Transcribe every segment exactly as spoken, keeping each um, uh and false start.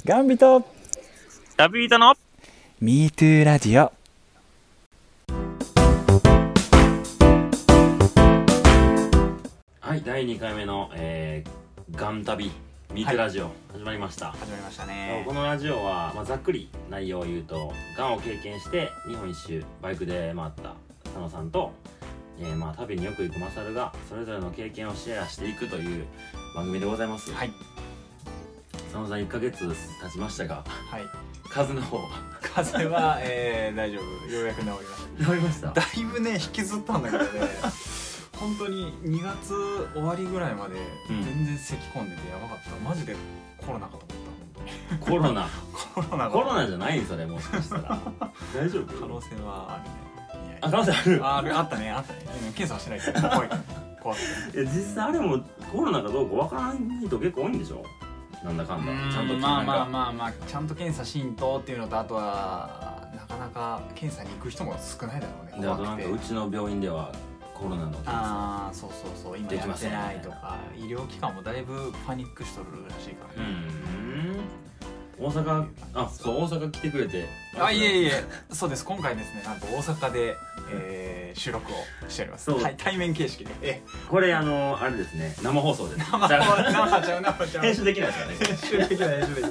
ガンビトダビートのミートゥー ラジオ。 はい、だいにかいめの、えー、ガン旅ミートラジオ、始まりました。 始まりましたね。 このラジオは、まあ、ざっくり内容を言うと、ガンを経験して日本一周バイクで回った佐野さんと、えーまあ、旅によく行くマサルがそれぞれの経験をシェアしていくという番組でございます。 はい。 佐野さんいっかげつ経ちましたが、 はい。 風の方は風は、えー、大丈夫。ようやく治りました。 治りました。 だいぶね引きずったんだけどね。本当ににがつ終わりぐらいまで全然咳込んでてやばかった。マジでコロナかと思った本当に。 コロナコロナコロナじゃないそれ、もしかしたら大丈夫？ 可能性はあるね。 あ、可能性ある。 あるあったねあったね。検査はしてないけど怖いからね。怖くて。 いや実際あれもコロナかどうかわからない人結構多いんでしょ、なんだかんだ。ちゃんとまあまあまあまあちゃんと検査しんとっていうのと、あとはなかなか検査に行く人も少ないだろうね。 であとなんかうちの病院ではコロナの検査ああそうそうそう今やってないとか、医療機関もだいぶパニックしとるらしいからね。 うん、大阪、あ、そう大阪来てくれて。 あ、いえいえ、そうです。今回ですね、なんと大阪で、えー、収録をしております。 そう、 はい、対面形式で。えこれあのあれですね、生放送です。 生ちゃう生ちゃう。 編集できないですからね。 編集できない編集できない。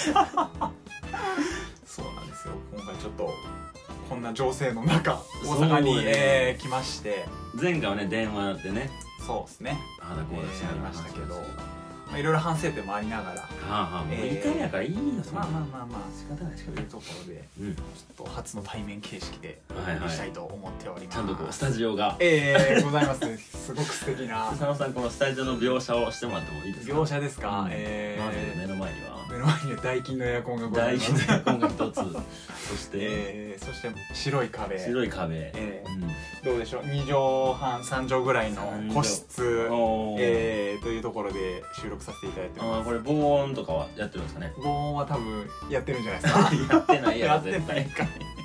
そうなんですよ。今回ちょっとこんな情勢の中大阪に、ねえー、来まして、 前回はね電話でね、 そうですね、 あだこうだしやりましたけど、まあいろいろ反省点もありながら、 はあはあ、もういいかげやからいいよ。 まあまあまあまあ仕方ない仕方ない。 というところで、 うん、 ちょっと初の対面形式でお送りしたいと思っております。 ちゃんとこうスタジオがええございますね。すごく素敵な佐野さん、このスタジオの描写をしてもらってもいいですか？ 描写ですか？ ええまず目の前には目の前にはダイキンのエアコンがございます。 大事なエアコンが一つ、そして、 えー、そして白い壁、 白い壁、 えーうん、 どうでしょう、にじょうはんさんじょうぐらいの個室、えー、というところで収録させていただいております。 あ、これ防音とかはやってるんですかね？ 防音は多分やってるんじゃないですか？ やってないやろやって絶対。 ないかい。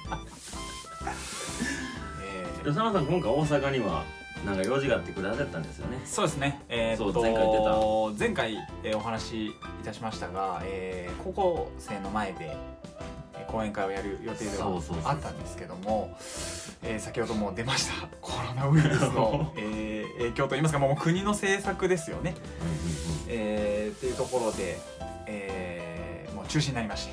えー、 佐野さん、今回大阪にはなんか用事があってくれはったんですよね。 そうですね、えー、っとそう前回言って前回、えーお話しいたしましたが、えー高校生の前でえー講演会をやる予定ではそうそうそうそうあったんですけども、えー先ほども出ましたコロナウイルスの、えー影響といいますか、もう国の政策ですよね、えーっていうところで、えーもう中止になりまして、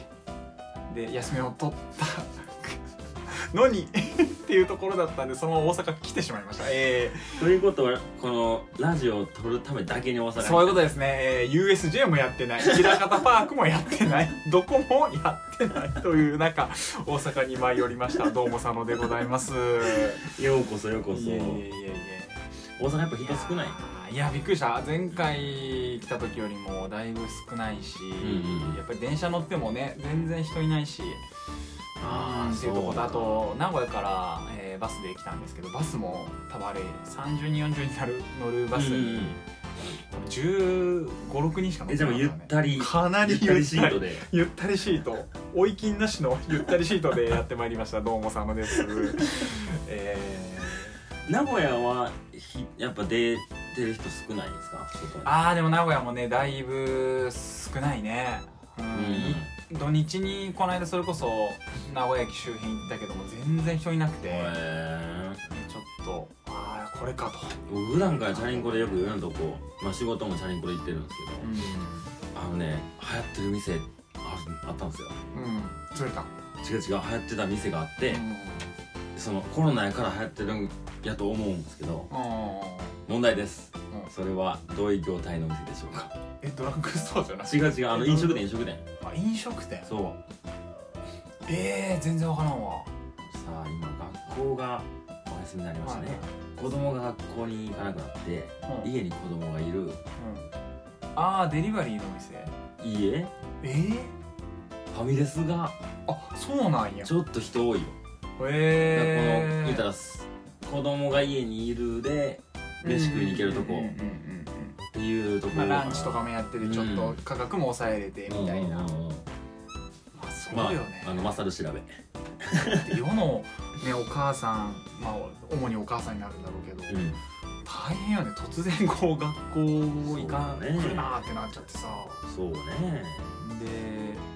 で休みを取ったのにっていうところだったんで、そのまま大阪来てしまいました。えー、ということはこのラジオを撮るためだけに大阪に。 そういうことですね、えー、ユーエスジェー もやってない、枚方パークもやってない、どこもやってないという中、大阪に舞い降りました。どうも佐野でございます。 ようこそようこそ。 いえいえいえいえ、 大阪やっぱ人少ない？ いやびっくりした。前回来た時よりもだいぶ少ないし、 うんうん、 やっぱり電車乗ってもね全然人いないし、 あーっていうところだと、名古屋から、えー、バスで来たんですけど、バスも多分あれさんじゅうにんよんじゅうにんなる乗るバスに、うん、じゅうご、ろくにんしか乗ってなかったね。 え、じゃあもうゆったり、 かなりゆったりシートでゆったりシート、追い金なしのゆったりシートでやってまいりました。どうも佐野です。えー、名古屋はひやっぱ出てる人少ないんですか？ ああでも名古屋もねだいぶ少ないね。うん、うん、土日にこの間それこそ名古屋駅周辺行ったけども全然人いなくて、 へちょっとああこれかと。 僕普段からチャリンコでよくいろんなとこ、まあ、仕事もチャリンコで行ってるんですけど、うん、あのね流行ってる店あるあったんですよ。 うん、それか違う違う、流行ってた店があって、うん、そのコロナやから流行ってるんやと思うんですけど、問題です、うん、それはどういう業態の店でしょうか？ え、ドラッグストアじゃなくて？ 違う違う、あの飲食店飲食店。 あ、飲食店。 そう。 えー、全然わからんわ。 さあ今学校がお休みになりましたね、はい、子供が学校に行かなくなって、うん、家に子供がいる、うん、 ああデリバリーの店。 いいええー、 ファミレスがあ、そうなんや。 ちょっと人多いよ。 へえー、 この言ったら子供が家にいるで飯食いに行けるとこっていうところ、 まあ、ランチとかもやっててちょっと価格も抑えれてみたいな。まあそうよね、 まあ、あのマサル調べ世の、ね、お母さん、まあ主にお母さんになるんだろうけど、うん、大変よね。突然こう学校行か、ね、来るなーってなっちゃってさ。 そうね。 で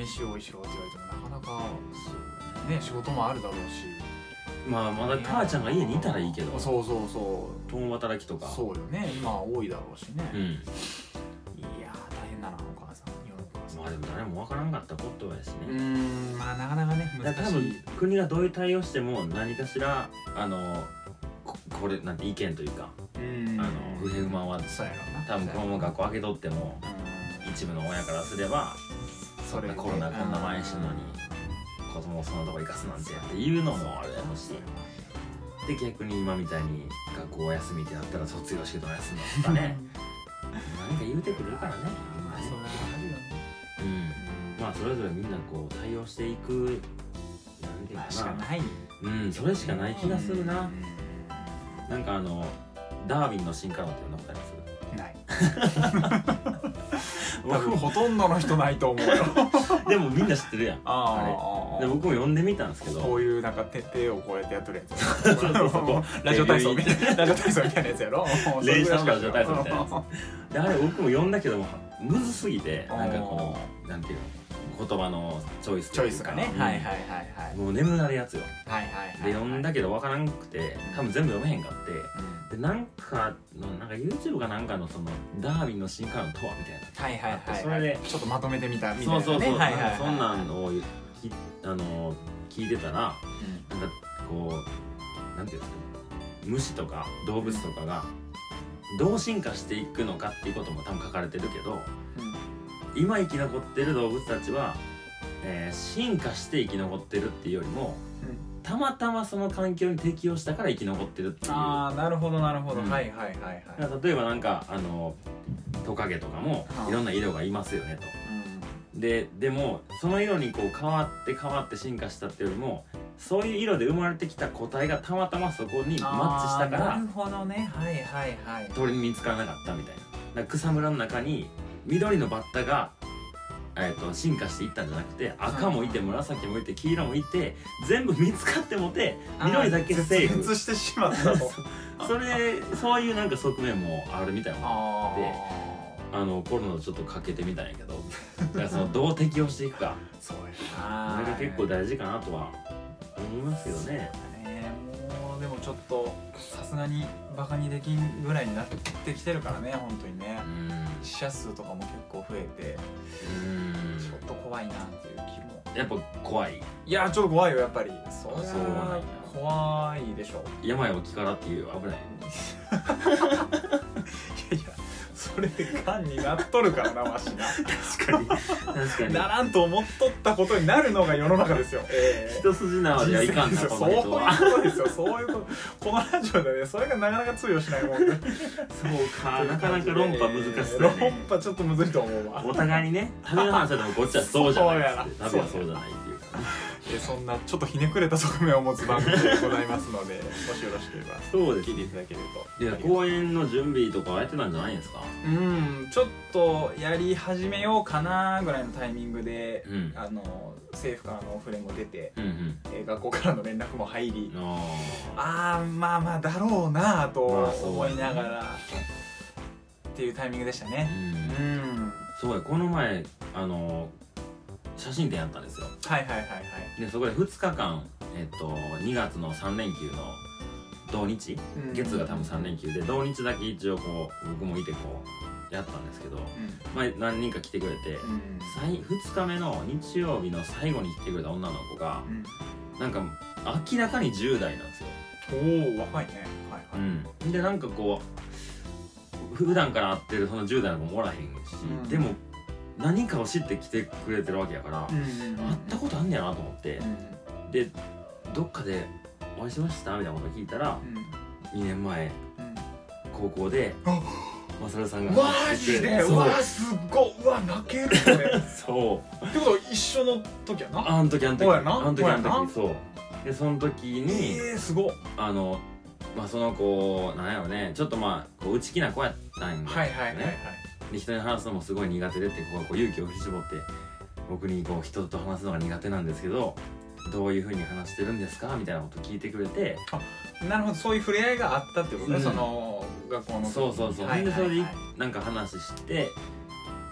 しようしろって言われてもなかなかね仕事もあるだろうし、 まあまだ母ちゃんが家にいたらいいけど、 そうそうそう共働きとかそうよね今多いだろうしね、 うん、 いやー大変だなお母さん世のお母さん。 まあでも誰もわからんかったことやしうーね。 んまあなかなかね難しい。 多分国がどういう対応しても何かしらあのここれなんて意見というか、 うんあの不平不満はそうやろうな多分このまま学校開けとってもうん一部の親からすればそれでコロナこんな前してんのに子供をそんなとこ行かすなんてっていうのもあるやろし、で逆に今みたいに学校お休みってなったら卒業式とか休むのとかね何か言うてくれるからね。 まあそれはあるよね。 うん、まあそれぞれみんなこう対応していくなんていうまあかな、 しかない。 うんそれしかない気がするな。なんかあのダーウィンの進化論って読んだことあります？ ない。多分ほとんどの人ないと思うよ。 でもみんな知ってるやん。 ああれで僕も読んでみたんですけど、 こういうなんか手手をこうやってやってるやつ。 そうそうそうラジオ体操みたいなラジオ体操みたいなやつやろ。 連射のラジオ体操みたいなやつであれ僕も読んだけどもむずすぎて、なんかこのなんていうの言葉のチョイスチョイスがね。 うんはいはいはいはいもう眠なるやつよ。 はいはいはい。 で読んだけど分からんくて多分全部読めへんかってでなんかのなんか YouTube かなんかのそのダーウィンの進化論とはみたいなはいはいはい。 それでちょっとまとめてみたみたいなね。 そうそうそう、 はいはいはい。 そんなんをきあの聞いてたらなんかこうなんていうんですか虫とか動物とかがどう進化していくのかっていうことも多分書かれてるけど、今生き残ってる動物たちは、えー、進化して生き残ってるっていうよりもたまたまその環境に適応したから生き残ってるっていう。 ああなるほどなるほど、 うんはいはいはいはいだから例えばなんかあのトカゲとかもいろんな色がいますよねと。ででもその色にこう変わって変わって進化したっていうよりもそういう色で生まれてきた個体がたまたまそこにマッチしたからなるほどねはいはいはい鳥に見つからなかったみたいな。だから草むらの中に緑のバッタが、えー、と進化していったんじゃなくて赤もいて紫もいて黄色もいて全部見つかってもて緑だけセーフ絶滅してしまったとそれそういうなんか側面もあるみたいなのがあってああのコロナとちょっとかけてみたんやけどだからそのどう適応していくかそうやなそれが結構大事かなとは思いますよね。 ねもうでもちょっとさすがにバカにできんぐらいになってきてるからね本当にねうん死者数とかも結構増えてうんちょっと怖いなっていう気もやっぱ怖いいやちょっと怖いよやっぱりそりゃそうなんや怖いでしょ病を気からっていう危ないいやいやそれでがんになっとるからなわしな確かに確かにならんと思っとったことになるのが世の中ですよ、えー一筋縄ではいかんなそうこの人はいうことですよそういうことこのラジオでねそれがなかなか通用しないもんでそうかなかなか論破難しそうや論ね破ちょっとむずいと思うわお互いにね旅の話はでもこっちはそうじゃないっつってそうやな旅はそうじゃないっていうかねえそんなちょっとひねくれた側面を持つ番組でございますのでもしよろしければそうです聞いていただけるといや公演の準備とかはやってたんじゃないんですか？ うんちょっとやり始めようかなぐらいのタイミングで、 うんあの政府からのオフレも出て、 うんうんえー学校からの連絡も入りああーまあまあだろうなとまあそう思いながら、っていうタイミングでしたーねううんんそうやこの前あの写真展やったんですよ。 はいはいはいはいでそこでふつかかんえっとにがつのさん連休の土日うん月が多分さん連休で土日だけ一応こう僕もいてこうやったんですけど、まあ、何人か来てくれてうん最ふつかめの日曜日の最後に来てくれた女の子がうんなんか明らかにじゅう代なんですよ。 おお若いねはいはいうん、でなんかこう普段から会ってるそのじゅう代の子もおらへんし、 うんでも何かを知って来てくれてるわけやから、 うんうんうん会ったことあんねやなと思ってう、んでどっかでお会いしましたみたいなこと聞いたらうんにねんまえうん高校であマサルさんがマ話してジでくれてそううわすっごいうわ泣けるこれそうってことは一緒の時やなあん時あん時そうやなあん時あんそうやな時そうでその時に、 えー、すごっあのまあその子なんやろねちょっとまあこう内気な子やったんよね、 はいはいはいはいで人に話すのもすごい苦手でってこうこう勇気を振り絞って僕にこう人と話すのが苦手なんですけどどういうふうに話してるんですかみたいなこと聞いてくれてなるほどそういう触れ合いがあったってことね、 うんその学校の時にそうそうそう、 はいはいはいでそれでなんか話して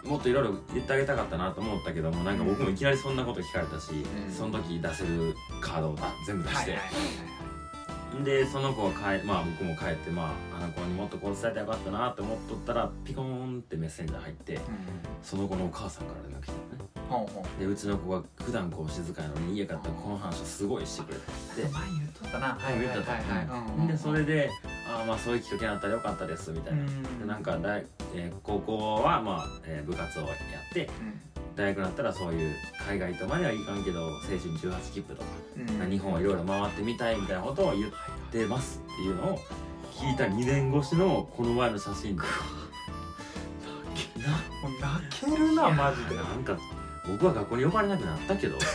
もっといろいろ言ってあげたかったなと思ったけども、なんか僕もいきなりそんなこと聞かれたし、 うん、 その時出せるカードを全部出して、 はいはいはいはい、 でその子は帰、まあ僕も帰って、まああの子にもっとこう伝えたらよかったなって思っとったら、ピコーンってメッセンジャー入って、うん、その子のお母さんから連絡来たのね。ほうほう。でうちの子が普段こう静かやのに家帰ったらこの話をすごいしてくれて、 前言っとったな。はい言っとった。でそれで、ああまあそういうきっかけになったらよかったですみたいな。うん、でなんか大、えー、高校はまあ、えー、部活をやって、うん、大学になったらそういう海外とまではいかんけど青春じゅうはち切符とか、うん、日本をいろいろ回ってみたいみたいなことを言ってますっていうのを聞いたにねん越しのこの前の写真で泣けるなマジで。 なんか僕は学校に呼ばれなくなったけど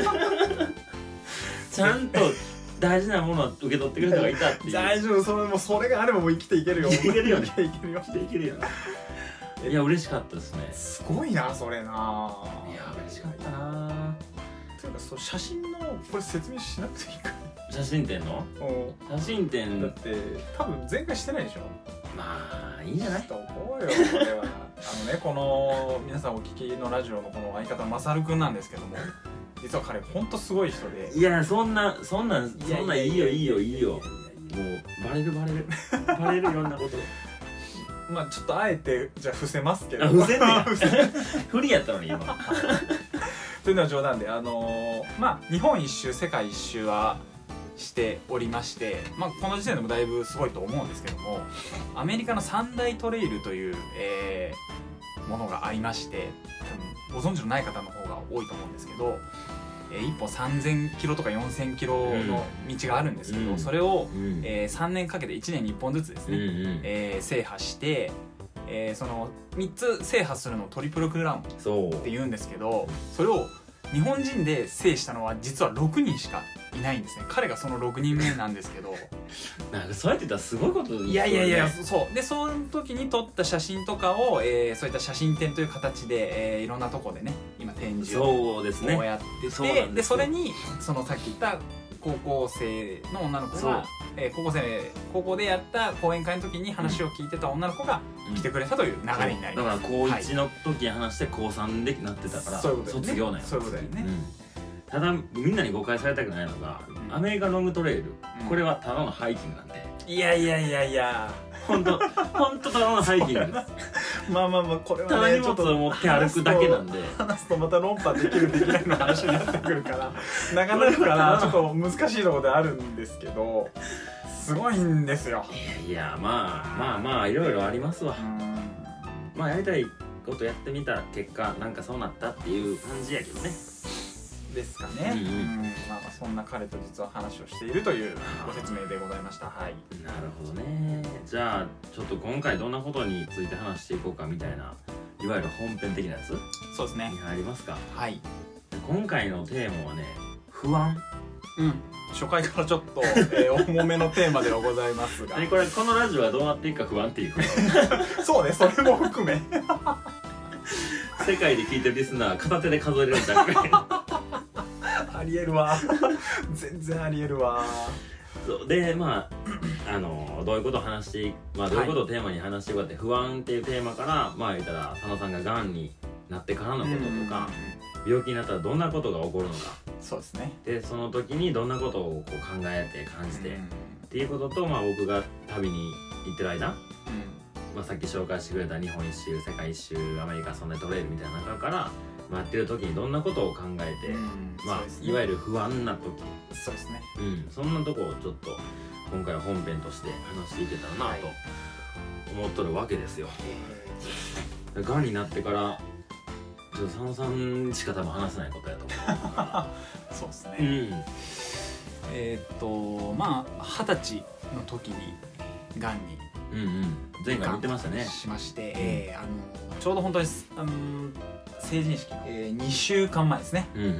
ちゃんと大事なものを受け取ってくれる人がいたっていう。 大丈夫、それもそれがあればもう生きていけるよ。 いけるよね。 いけるよ。 生きていけるよね。いや嬉しかったですね。 すごいなそれな。いや嬉しかったな。 というかその写真のこれ説明しなくていいか。 写真展の？写真展だって多分前回してないでしょ。 まあいいんじゃない？ と思うよこれは。あのねこの皆さんお聞きのラジオのこの相方まさるくんなんですけども、実は彼ほんとすごい人で。 いやそんなそんなそんないいよいいよいいよ。もうバレるバレるバレるいろんなこと。 まあちょっとあえてじゃあ伏せますけど。 伏せんねや。不利やったのに今。 というのは冗談で、あのー、まあ日本一周世界一周はしておりまして、まあこの時点でもだいぶすごいと思うんですけども、アメリカの三大トレイルという、えー、ものがありまして、多分ご存知のない方の方が多いと思うんですけど、えー、いっぽんさんぜんキロとかよんせんキロの道があるんですけど、うん、それを、うん、えー、さんねんかけていちねんにいっぽんずつですね、うんうん、えー、制覇して、えー、そのみっつ制覇するのをトリプルクラウンって言うんですけど、それを日本人で制したのは実はろくにんしかいないんですね。彼がそのろくにんめなんですけどなんかそうやって言ったらすごいことですよね。 いやいやいや、そうでその時に撮った写真とかを、えー、そういった写真展という形で、えー、いろんなとこでね今展示をこうやってて、そ う, で, でそれにそのさっき言った高校生の女の子が、えー、高校生高校でやった講演会の時に話を聞いてた女の子が来てくれたという流れになります。 だから高いちの時に話して高さんでなってたから、 そういうことだよね、 卒業なんや。 そういうことだよね、 うん、ただみんなに誤解されたくないのが、うん、アメリカロングトレイル、うん、これはただのハイキングなんで。 いやいやいやいや本当本当ただのハイキングですまあまあまあこれはね、 ただ荷物を持って歩くだけなんで、 話すとまた論破できるできないの話になってくるからなかなかちょっと難しいところであるんですけど、すごいんですよ。 いやいやまあまあまあいろいろありますわ。まあやりたいことやってみた結果なんかそうなったっていう感じやけどね。 ですかね。うん、うん、まあまあそんな彼と実は話をしているというご説明でございました。はい。 なるほどね。じゃあちょっと今回どんなことについて話していこうかみたいな、いわゆる本編的なやつ。 そうですね。 に入りますか。 はい。 今回のテーマはね、不安。 うん。初回からちょっと、えー、重めのテーマではございますが。 これこのラジオはどうなっていくか不安っていう。 そうね、それも含め。 世界で聞いてるリスナー片手で数えれるんじゃなくて。 ありえるわ。全然ありえるわ。 そうでまああのどういうことを話して、まあ、どういうことをテーマに話していくかって、はい、不安っていうテーマからまあ言ったら佐野さんががんになってからのこととか、病気になったらどんなことが起こるのか。 そうですね。 でその時にどんなことをこう考えて感じてっていうことと、まあ、僕が旅に行ってる間、うんまあ、さっき紹介してくれた日本一周世界一周アメリカそんなトレイルみたいな中から待ってる時にどんなことを考えて、うんまあ、ね、いわゆる不安な時、 そうですね、 うん、そんなとこをちょっと今回は本編として話していけたらなと思っとるわけですよ。がんになってからちょっと佐野さんしか多分話せないことやと思う。そうですね、 うん、 えー、っとまあ二十歳の時にがんに、 うんうん、前回言ってましたね。 しまして、うんえー、あのちょうど本当にあの成人式の、えー、にしゅうかんまえですね、うんうん、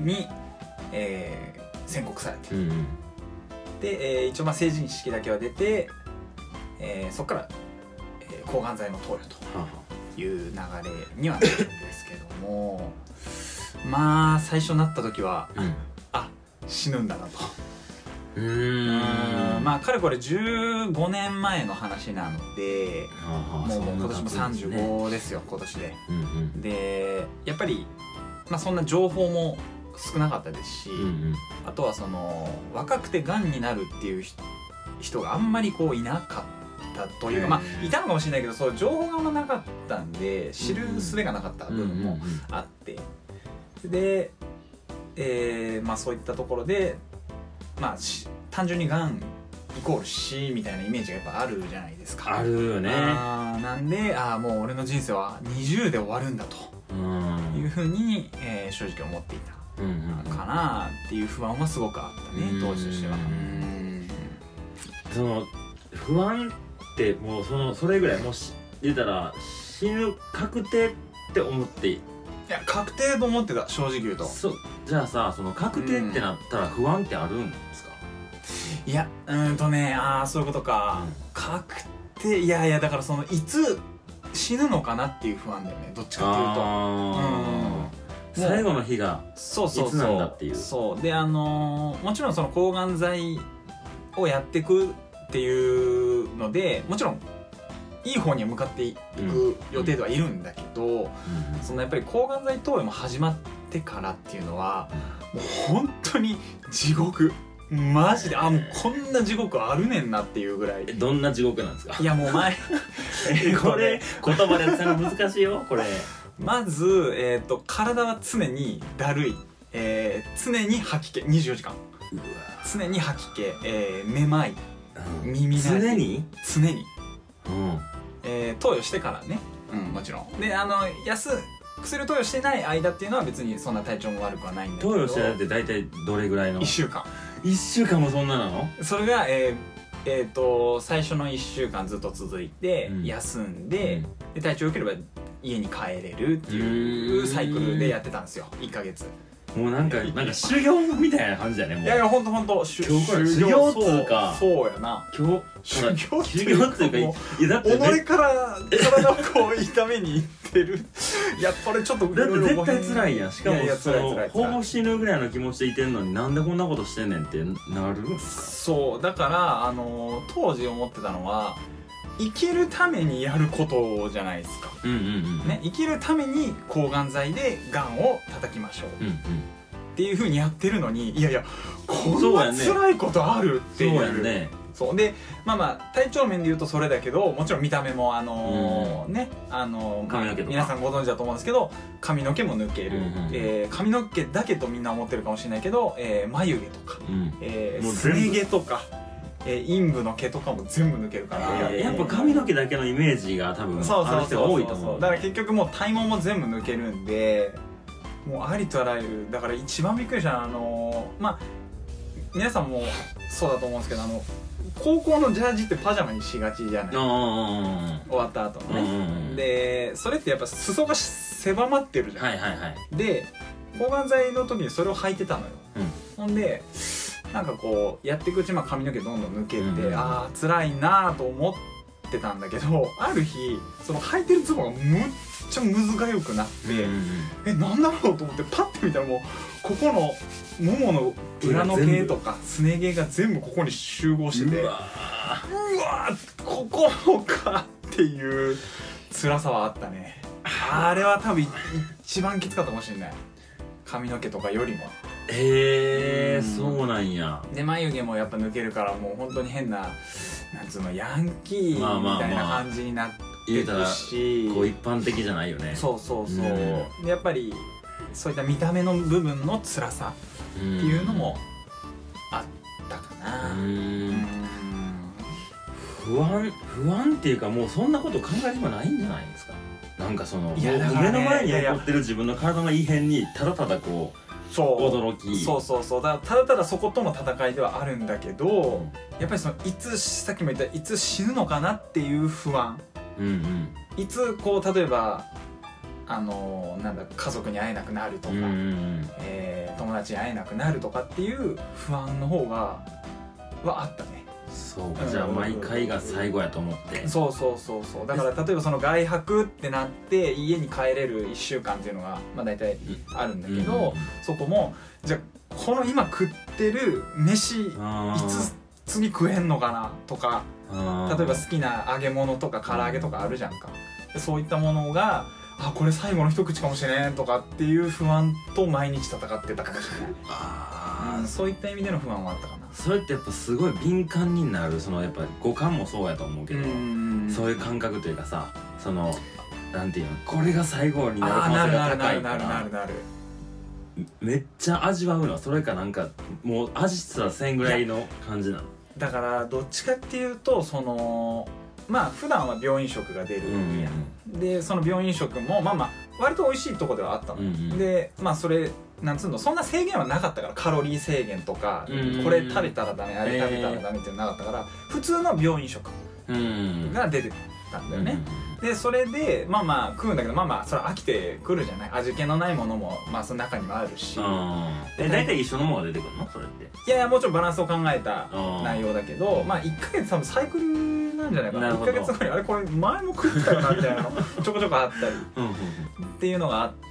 に、えー、宣告されて、うんうん、で、えー、一応まあ成人式だけは出て、えー、そこから、えー、抗がん剤の投与という流れにはなるんですけどもまあ最初なった時は、うん、あ死ぬんだなとうーんまあかれこれじゅうごねんまえの話なので、 はあ、 もうもう今そんな年もさんじゅうごですよ今年で。 うんうんでやっぱり、まあ、そんな情報も少なかったですし、 うんうんあとはその若くてがんになるっていう人があんまりこういなかったというか、まあいたのかもしれないけど、そう情報があんまなかったんで知る術がなかった部分もあって、で、えーまあ、そういったところで、まあ、単純にがんイコール死みたいなイメージがやっぱあるじゃないですか。 あるよね。 あなんであもう俺の人生はにじゅうで終わるんだというふうに、えー、正直思っていたかなっていう不安はすごくあったね、当時としては。うんその不安ってもうそのそれぐらいもう言ったら死ぬ確定って思っていい。 いや確定と思ってた、正直言うと。 そじゃあさ、その確定ってなったら不安ってあるんですか？ いやうーんとねああそういうことか、うん、確定いやいやだからそのいつ死ぬのかなっていう不安だよね、どっちかっていうと。 うん、最後の日がいつなんだっていう。 そうであのー、もちろんその抗がん剤をやっていくっていうのでもちろんいい方には向かっていく予定ではいるんだけど、うんうん、そのやっぱり抗がん剤投与も始まってからっていうのはもう本当に地獄マジであもうこんな地獄あるねんなっていうぐらい。 どんな地獄なんですか？ いやもう前これ言葉でやったら難しいよこれ。 まず、えー、と体は常にだるい、えー、常に吐き気にじゅうよじかん常に吐き気、えー、めまい、うん、耳鳴り常に常に、 うんえー、投与してからね、うん、もちろんであの安薬投与してない間っていうのは別にそんな体調も悪くはないんだけど、 投与してないって大体どれぐらいの？ いっしゅうかんいっしゅうかんもそんななの？ それがえー、えー、と最初のいっしゅうかんずっと続いて、うん、休んで、うん、で体調良ければ家に帰れるっていうサイクルでやってたんですよ、いっかげつ。 もうなんかなんか修行みたいな感じだね。もういやいやほんとほんと修行っつうかそうやな今日修行っていうかいやだって己から体をこう痛めにいってるいやこれちょっとだって絶対辛いやん。しかもいやいや辛い辛いほぼ死ぬぐらいの気持ちでいてんのになんでこんなことしてんねんってなるんすか？ そうだからあの当時思ってたのは生きるためにやることじゃないですか、 うんうんうんね、生きるために抗がん剤でがんを叩きましょう、うんうん、っていう風にやってるのにいやいやこんな辛いことあるっていう。 そうやね。 そうでまあまあ体調面で言うとそれだけどもちろん見た目もあのーうん、ねあのー、 髪の毛とか皆さんご存知だと思うんですけど髪の毛も抜ける、うんうん、えー、髪の毛だけとみんな思ってるかもしれないけど、えー、眉毛とか、うん、えー、すね毛とかえー、陰部の毛とかも全部抜けるから、 えー、やっぱ髪の毛だけのイメージが多分ある人が多いと思う。 だから結局もう体毛も全部抜けるんでもうありとあらゆるだから一番びっくりしたのはあのー、まあ皆さんもそうだと思うんですけどあの高校のジャージってパジャマにしがちじゃない、終わった後のね。でそれってやっぱ裾が狭まってるじゃん、 はいはいはい、 で抗がん剤の時にそれを履いてたのよ、うん、ほんでなんかこうやっていくうちに髪の毛どんどん抜けて、うん、ああ辛いなと思ってたんだけどある日その履いてるズボンがむっちゃむずがよくなって、うん、えなんだろうと思ってパッて見たらもうここのももの裏の毛とかすね毛が全部ここに集合しててうわーうわーここかっていう辛さはあったね。あれは多分一番きつかったかもしれない、髪の毛とかよりも。 へえ、うん、そうなんや。 で眉毛もやっぱ抜けるからもう本当に変ななんつうのヤンキーみたいな感じになってるし、まあまあまあ、 こう一般的じゃないよね。 そうそうそう、うん、でやっぱりそういった見た目の部分の辛さっていうのもあったかな。うんうん不安不安っていうかもうそんなこと考える暇ないんじゃないですか。なんかそのいやだから、ね、 目の前に起こってる自分の体の異変にただただこうそう驚きそうそうそうだからただただそことの戦いではあるんだけど、やっぱりそのいつさっきも言ったいつ死ぬのかなっていう不安、うんうん、いつこう例えばあのなんだ家族に会えなくなるとか、うんうん、えー、友達に会えなくなるとかっていう不安の方がはあったね。 そうか、じゃあ毎回が最後やと思って。 そうそうそうそうだから例えばその外泊ってなって家に帰れるいっしゅうかんっていうのがまあ大体あるんだけど、うんうん、そこもじゃあこの今食ってる飯いつ次食えんのかなとか、例えば好きな揚げ物とか唐揚げとかあるじゃんか。でそういったものがあこれ最後の一口かもしれんとかっていう不安と毎日戦ってたかもしれない。あ、うん、そういった意味での不安はあったかな。 それってやっぱすごい敏感になる、そのやっぱ五感もそうやと思うけど、そういう感覚というかさ、そのなんていうの、これが最後になる可能性が高いから、なるなるなるなるなるめっちゃ味わうの。それかなんかもう味すらせんぐらいの感じなの。 だからどっちかっていうと、そのまあ普段は病院食が出るやん、うんうん、でその病院食もまあまあ割と美味しいとこではあったの、うんうん、でまあそれなんつうの、そんな制限はなかったから、カロリー制限とか、うんうん、これ食べたらダメあれ食べたらダメっていうのなかったから、普通の病院食が出てたんだよね、うんうん、でそれでまあまあ食うんだけど、まあまあそれ飽きてくるじゃない。味気のないものもまあその中にはあるし、 え大体一緒のものが出てくるのそれって？いやいやもちろんバランスを考えた内容だけど、まあいっかげつ多分サイクルなんじゃないかな。いっかげつ後にあれこれ前も食ったよなみたいなのちょこちょこあったりっていうのがあって、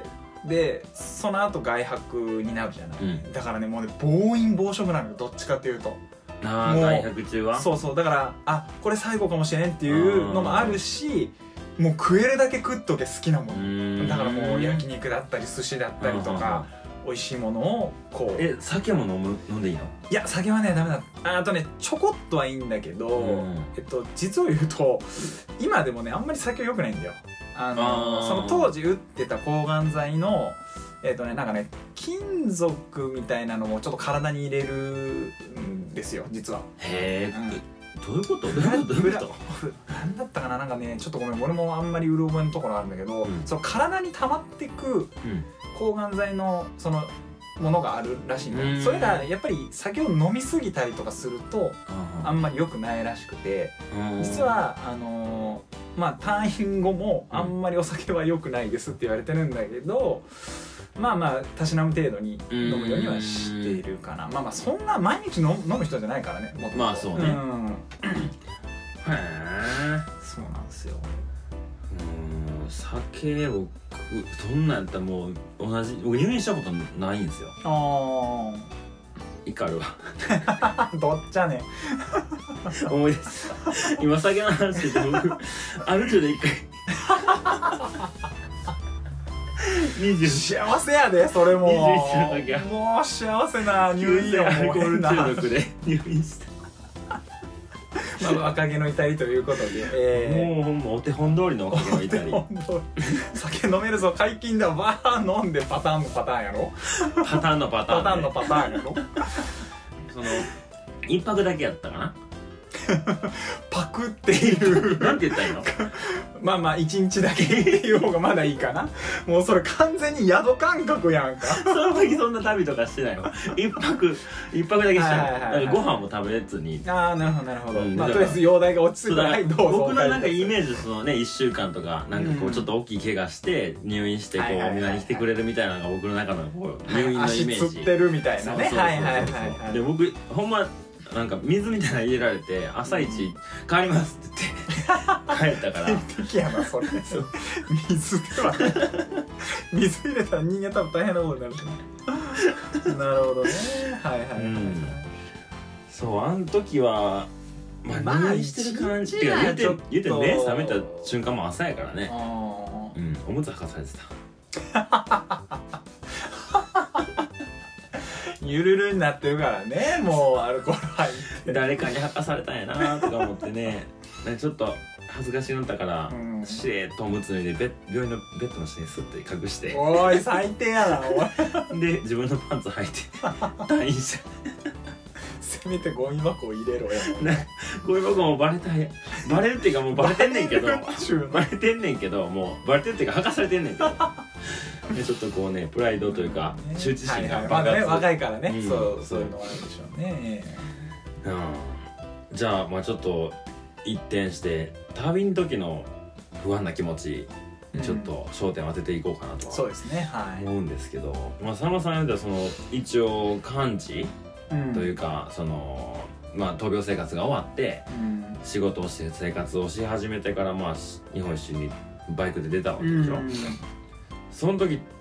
でその後外泊になるじゃない、うん、だからねもうね暴飲暴食なのよ、どっちかっていうと。 ああ外泊中はそうそう、だからあこれ最後かもしれんっていうのもあるし、もう食えるだけ食っとけ好きなものだからもう焼肉だったり寿司だったりとか美味しいものをこう。 え酒も飲む飲んでいいの？ いや酒はねダメだ。あとねちょこっとはいいんだけど、えっと実を言うと今でもねあんまり酒は良くないんだよ。あのその当時打ってた抗がん剤のえっとねなんかね金属みたいなのをちょっと体に入れるんですよ実は。 へえ、うん、どういうこと？どういうこと？どういうこと？ なんだったかな、なんかねちょっとごめん俺もあんまりうる覚えのところあるんだけど、うん、その体に溜まってく抗がん剤のそのものがあるらしいんだよ。それがやっぱり酒を飲みすぎたりとかするとあんまり良くないらしくて、実はあのー、まあ退院後もあんまりお酒は良くないですって言われてるんだけど、まあまあたしなむ程度に飲むようにはしているかな。まあまあそんな毎日飲む人じゃないからね。もっとまあそうね。うん、へえそうなんですよ。 うん、酒をそんなんやったらもう同じ、僕入院したことないんですよ。ああ怒るわどっちゃね思い出した。今酒の話してて僕ある程度一回にじゅう幸せやでそれもにじゅういちの時はもう幸せな入院やもうアルコール中毒で入院したまあ若気の至りということで、 えー、もうほんまお手本通りの若気の至り酒飲めるぞ解禁だバー飲んでパターンのパターンやろパターンのパターン、ね、 パターンのパターンやろその一泊だけやったかなパクっていうなんて言ったらいいのまあまあ一日だけっていう方がまだいいかな。もうそれ完全に宿感覚やんかその時そんな旅とかしてないの。一泊一泊だけしたの。ご飯も食べずに。 ああなるほどなるほど、うん、まあとりあえず容体が落ち着いたらはいどうぞ。 僕のなんかイメージそのねいっしゅうかんとかなんかこうちょっと大きい怪我して入院してこうみんなに来てくれるみたいなのが僕の中の入院のイメージ。 足つってるみたいなね。はいはいはい。 で僕ほんまなんか水みたいなの入れられて朝一帰りますって言って帰ったから敵やなそれ水ではない水入れたら人間多分大変なことになるなるほどね。はいはいはい、うん、そうあの時はまあ入院してる感じっていうか言うて言うて目覚めた瞬間も朝やからね。うん、おむつ履かされてたゆるるになってるからねもうアルコール入って誰かに吐かされたんやなとか思ってねちょっと恥ずかしくなったから、うん、しれっとおむつ脱いでベ病院のベッドの下にスッと隠しておい最低やなおいで自分のパンツ履いて退院してせめてゴミ箱を入れろやゴミ箱もバレたいバレるっていうかもうバレてんねんけどバレてんねんけどもうバレてるっていうか吐かされてんねんけどでちょっとこうねプライドというか羞恥心が爆発、 はいはいまあね、若いからね、うん、そうそういうのはあるでしょうね、 うん、じゃあまあちょっと一転して旅の時の不安な気持ちちょっと焦点を当てていこうかなとは思うんですけど、まあ佐野さん言うたらその一応完治というか、うん、そのまあ闘病生活が終わって、うん、仕事をして生活をし始めてからまあ日本一周にバイクで出たわけでしょ、うん、その時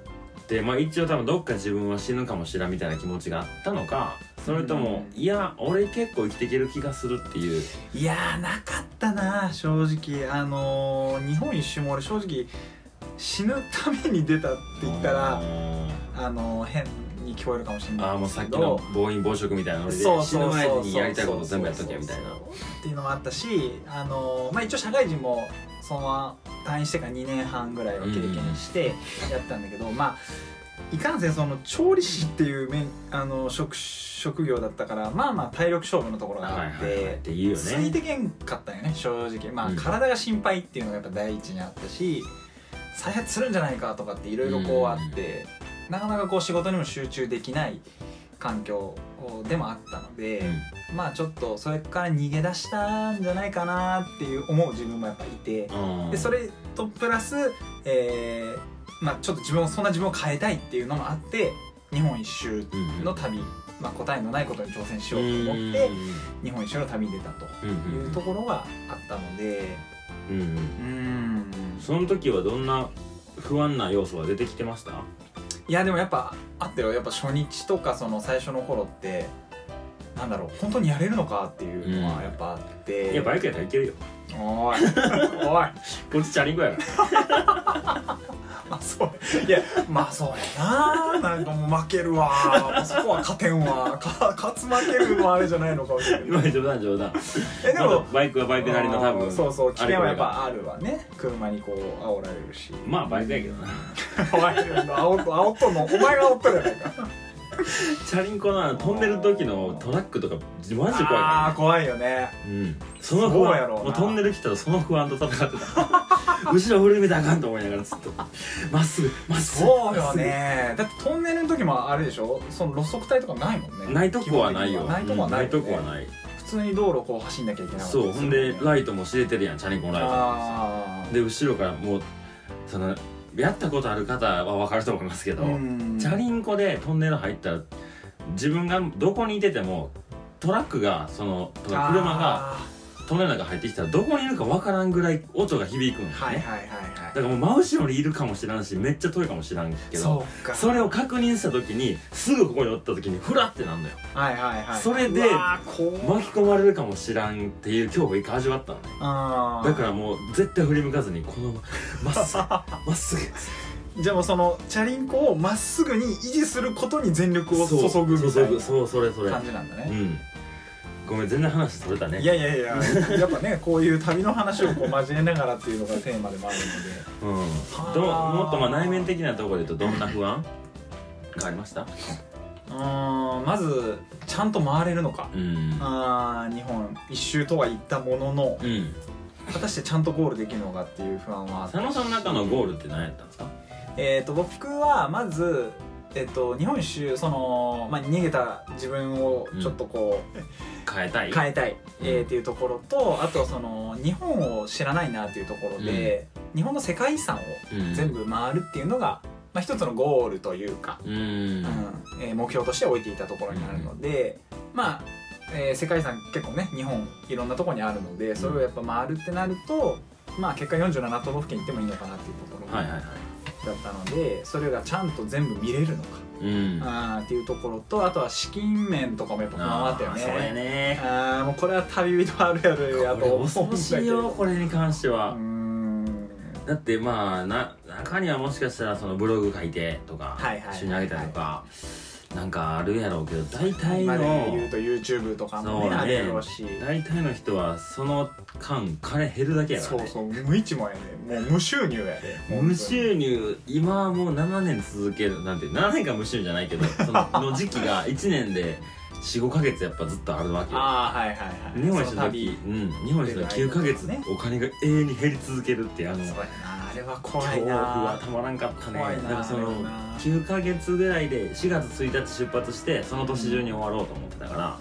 でまあ一応多分どっか自分は死ぬかもしれんみたいな気持ちがあったのか、それとも、うん、いや俺結構生きていける気がするっていう。 いやーなかったな正直。あのー、日本一周も俺正直死ぬために出たって言ったらあのー、変に聞こえるかもしれないんですけど、ああもうさっきの暴飲暴食みたいなノリで死ぬ前にやりたいこと全部やっときゃみたいなっていうのもあったし、あのー、まあ一応社会人もそのまま退院してからにねんはんぐらいは経験してやったんだけど、うん、まあいかんせんその調理師っていう面あの 職, 職業だったからまあまあ体力勝負のところがあって、はいはいはい、っていうよね、ついてけんかったよね正直。まあ、うん、体が心配っていうのがやっぱ第一にあったし、再発するんじゃないかとかっていろいろこうあって、うん、なかなかこう仕事にも集中できない環境でもあったので、うん、まあちょっとそれから逃げ出したんじゃないかなっていう思う自分もやっぱいて、うん、でそれとプラス、えーまあ、ちょっと自分をそんな自分を変えたいっていうのもあって日本一周の旅、うんまあ、答えのないことに挑戦しようと思って日本一周の旅に出たというところがあったので、 うんうん、うんその時はどんな不安な要素は出てきてました？ いやでもやっぱあったよ。やっぱ初日とかその最初の頃ってなんだろう本当にやれるのかっていうのはやっぱあって、うん、 いやバイクやったらいけるよ。 おいおいこっちチャリンコやからあそういやまあそうやななんかもう負けるわそこは勝てんわか勝つ負けるのはあれじゃないのかもしれない。 今冗談冗談。 えでも、 ま、バイクはバイクなりの多分そうそう危険はやっぱあるわね。車にこう煽られるしまあバイクやけどなお前煽っと煽っとんのお前が煽っとるやないかチャリンコのトンネルの時のトラックとかマジ怖いから、ね、 ああ怖いよね。 うんその不安もうトンネル来たらその不安と戦ってた後ろ振り向いたらあかんと思いながらずっとまっすぐまっすぐ。 そうよね。だってトンネルの時もあれでしょその路側帯とかないもんね。 ないとこはないよ。 ないとこはない、ねうん、ないとこはない。 普通に道路こう走んなきゃいけない、ね、 そうほんでライトも知れてるやんチャリンコのライトあで後ろからもうそのやったことある方は分かると思いますけどチャリンコでトンネル入ったら自分がどこにいててもトラックがそのとか車がトンネルの中入ってきたらどこにいるか分からんぐらい音が響くんですね。 はいはいはいはい。 だからもう真後ろにいるかもしれんしめっちゃ遠いかもしれんけど そ, それを確認した時にすぐここにおった時にフラってなんだよ。 はいはいはい。 それで巻き込まれるかもしらんっていう恐怖を一回味わったのね。あだからもう絶対振り向かずにこのまっすぐまっすぐじゃあもうそのチャリンコをまっすぐに維持することに全力を注ぐみたいなそうそれそれ感じなんだね。 うんごめん全然話それたね。 いやいやいややっぱねこういう旅の話をこう交えながらっていうのがテーマでもあるので、うん、どもっとまあ内面的なところで言うとどんな不安がありました？ うーんまずちゃんと回れるのか、うん、あ日本一周とは言ったものの、うん、果たしてちゃんとゴールできるのかっていう不安は。 佐野さんの中のゴールって何やったんですか？ えーと僕はまずえっと、日本一周その、まあ、逃げた自分をちょっとこう、うん、 変えたい変えたい、えー、っていうところとあとその日本を知らないなっていうところで、うん、日本の世界遺産を全部回るっていうのが、まあ、一つのゴールというか、うんうんえー、目標として置いていたところになるので、うん、まあ、えー、世界遺産結構ね日本いろんなところにあるのでそれをやっぱ回るってなると、まあ、結果よんじゅうなな都道府県行ってもいいのかなっていうところ、はいはいはいだったのでそれがちゃんと全部見れるのか、うん、あっていうところとあとは資金面とかもやっぱ不安あったよね。 それねあもうこれは旅人あるあるやと思うんだけど恐ろしいよこれに関しては。うんだってまあな中にはもしかしたらそのブログ書いてとか一緒に上げたりとかなんかあるやろうけど大体の今で言うと YouTube とかもねあるやろうし大体の人はその間金減るだけやからね。 そうそう無一文やねもう無収入やで無収入今はもうななねん続けるなんてななねんかん無収入じゃないけどそのの時期がいちねんでよん、ごかげつやっぱずっとあるわけよ。 ああはいはいはい。 日本一の時うん日本一のきゅうかげつお金が永遠に減り続けるっていうあのそうやなあれは怖いな恐怖はたまらんかったね。だからそのきゅうかげつぐらいでしがつついたち出発してその年中に終わろうと思ってたから、うん、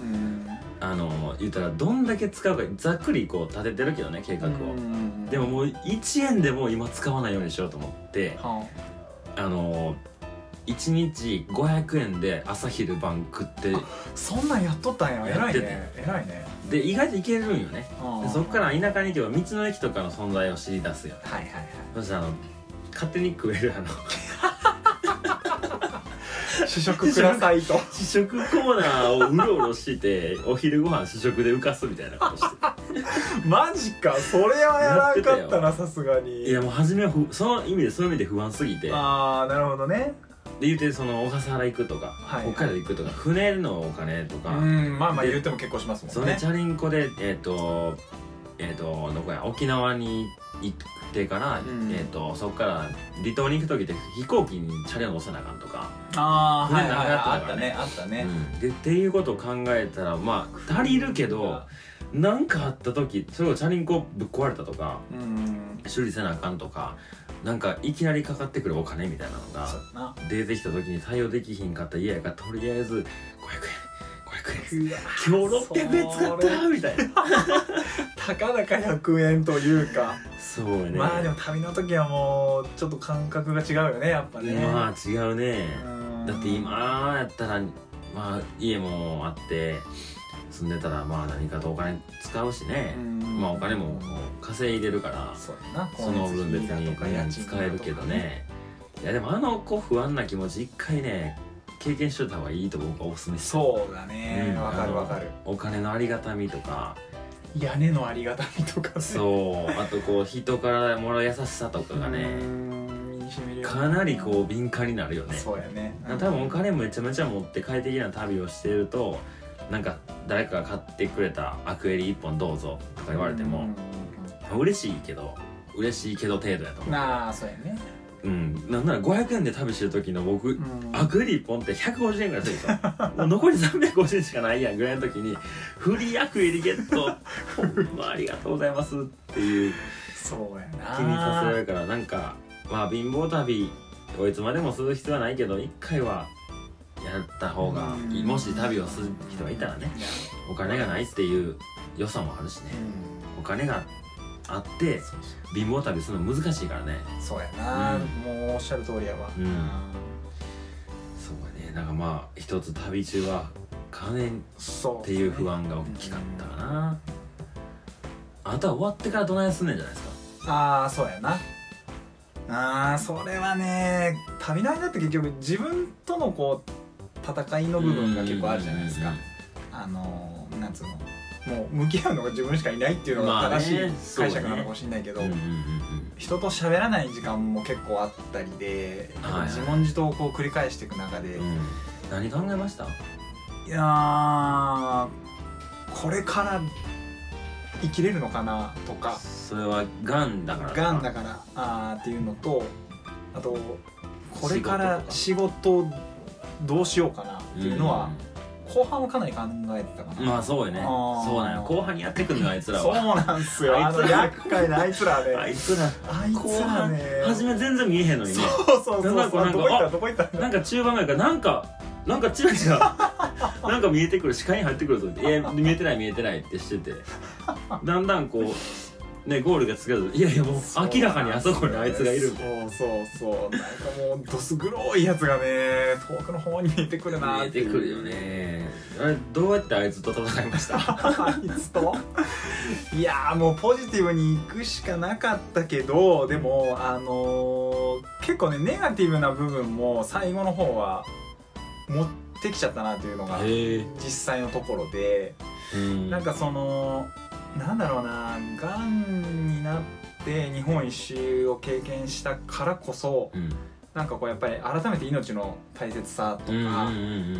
あの言ったらどんだけ使うかざっくりこう立ててるけどね計画を、うん、でももういちえんでも今使わないようにしようと思って、うん、あのいちにちごひゃくえんで朝昼晩食ってそんなんやっとったんや偉いね偉いねで意外といけるんよね。でそっから田舎に行けば道の駅とかの存在を知り出すよ。 はいはいはい。 そしたらあの勝手に食えるあの試食くださいと試食コーナーをうろうろしてお昼ご飯試食で浮かすみたいなことしてマジか、それはやらんかったな、さすがに。 いやもう初めはふその意味でそういう意味で不安すぎて、 ああなるほどね。 で言うてその小笠原行くとか、 はい、 北海道行くとか船のお金とか、 うんまあまあ言っても結構しますもんね。 それチャリンコでえっ、ー、とえっ、ー、とどこや沖縄に行ってから、うん、えっ、ー、とそこから離島に行く時って飛行機にチャリを乗せなあかんとか、 ああはいはい、あったねあったね、 うん、でっていうことを考えたらまあ足りるけどなんかあった時それをチャリンコぶっ壊れたとか、うん、修理せなあかんとかなんかいきなりかかってくるお金みたいなのが出てきた時に対応できひんかったら嫌やからとりあえずごひゃくえんごひゃくえん今日ろっぴゃくえん使ったみたいなたかだかひゃくえんというかそうやね。 まあでも旅の時はもうちょっと感覚が違うよねやっぱね。 まあ違うね。だって今やったらまあ家もあって住んでたらまあ何かとお金使うしね、まあお金も稼いでるからその分別に使えるけどね。いやでもあのこう不安な気持ち一回ね経験しといた方がいいと僕はおすすめする。 そうだね、わ、うん、かるわかる。 お金のありがたみとか屋根のありがたみとかね。 そうあとこう人からもらう優しさとかがねかなりこう敏感になるよね。 そうやね、 うん、多分お金めちゃめちゃ持って快適な旅をしているとなんか誰かが買ってくれたアクエリいっぽんどうぞとか言われても嬉しいけど嬉しいけど程度やと思う。 ああそうやね。 うん、なんならごひゃくえんで旅してる時の僕、うん、アクエリいっぽんってひゃくごじゅうえんぐらいするんですよもう残りさんびゃくごじゅうえんしかないやんぐらいの時にフリーアクエリゲットほんまありがとうございますっていうそうやな気にさせられるからなんかまあ貧乏旅をいつまでもする必要はないけど一回はやった方がいい。もし旅をする人がいたらねお金がないっていう良さもあるしね、うん、お金があって貧乏旅するの難しいからね。 そうやな、うん、もうおっしゃる通りやわ、うん、 そうやね。なんかまあ一つ旅中は金っていう不安が大きかったかな、ね、うん、あとは終わってからどないすんねんじゃないですか。 ああそうやな。あーそれはね旅の間って結局自分とのこう戦いの部分が結構あるじゃないですか。あのー、なんつうのもう向き合うのが自分しかいないっていうのが正しい解釈なのかもしれないけど、人と喋らない時間も結構あったりで、はいはい、自問自答をこう繰り返していく中で、うん、 何考えました？ いやこれから生きれるのかなとか。 それはがんだからがんだからあーっていうのと、あとこれから仕事どうしようかなっていうのは、うん、後半はかなり考えてたかな。 まあそうよね。そうなんよ。後半にやってくるのあいつらは。 そうなんすよ。あの厄介なあいつらね。 あいつら。 あいつらね。 初め全然見えへんのにね。 そうそうそう。なんかどこ行ったどこ行った。 なんか中盤ぐらいからなんかなんかチラチラなんか見えてくる視界に入ってくるぞって。え見えてない見えてないってしてて、だんだんこう。ね、ゴールがつけずいやいやもう明らかにあそこにあいつがいる。 そうそうそうなんかもうどす黒いやつがね遠くの方に見えてくるな見えてくるよね。あれどうやってあいつと戦いましたあいつといやもうポジティブに行くしかなかったけど、でもあのー、結構ねネガティブな部分も最後の方は持ってきちゃったなというのが実際のところで、なんかそのなんだろうな、がんになって日本一周を経験したからこそ、うん、なんかこうやっぱり改めて命の大切さとか、うんうんうん、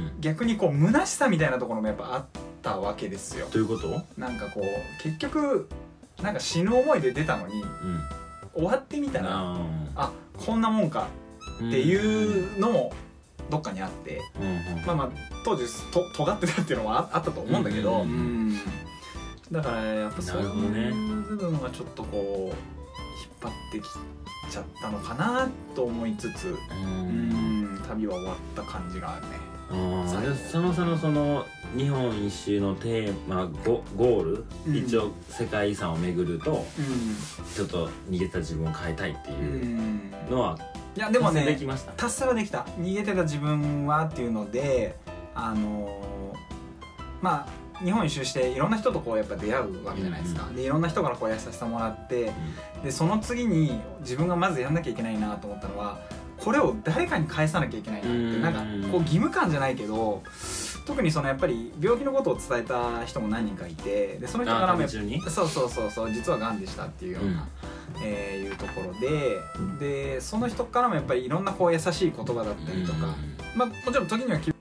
逆にこう虚しさみたいなところもやっぱあったわけですよ。 どういうこと？ なんかこう結局なんか死ぬ思いで出たのに、うん、終わってみたらあこんなもんかっていうのもどっかにあって、うんうん、まあまあ当時と尖ってたっていうのはあったと思うんだけど、うんうんうんだからやっぱそういう部分はちょっとこう引っ張ってきちゃったのかなと思いつつ、うん旅は終わった感じがあるね。 そのそのその日本一周のテーマ ゴ, ゴール、うん、一応世界遺産を巡ると、うん、ちょっと逃げた自分を変えたいっていうのは、 いやでもね達成できました。達成はできた。逃げてた自分はっていうのであのー、まあ日本一周していろんな人とこうやっぱ出会うわけじゃないですか、うんうん、でいろんな人からこう優しさもらって、うん、でその次に自分がまずやんなきゃいけないなと思ったのはこれを誰かに返さなきゃいけないなってなんかこう義務感じゃないけど、特にそのやっぱり病気のことを伝えた人も何人かいて、でその人からもやっぱそうそうそうそう実はがんでしたっていうような、うんえー、いうところで、でその人からもやっぱりいろんなこう優しい言葉だったりとか、まあもちろん時には厳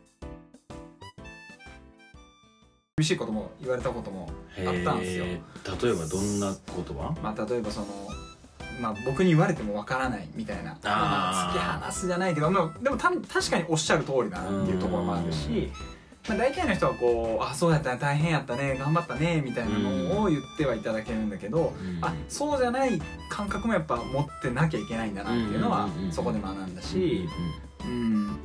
しいことも言われたこともあったんですよ。 例えばどんな言葉？ まあ例えばそのまあ、僕に言われてもわからないみたいな、まあ、突き放すじゃないけど、まあ、でもた確かにおっしゃる通りだなっていうところもあるし、まあ、大体の人はこうあそうやったね大変やったね頑張ったねみたいなのを言ってはいただけるんだけど、あそうじゃない感覚もやっぱ持ってなきゃいけないんだなっていうのはそこで学んだし、うん、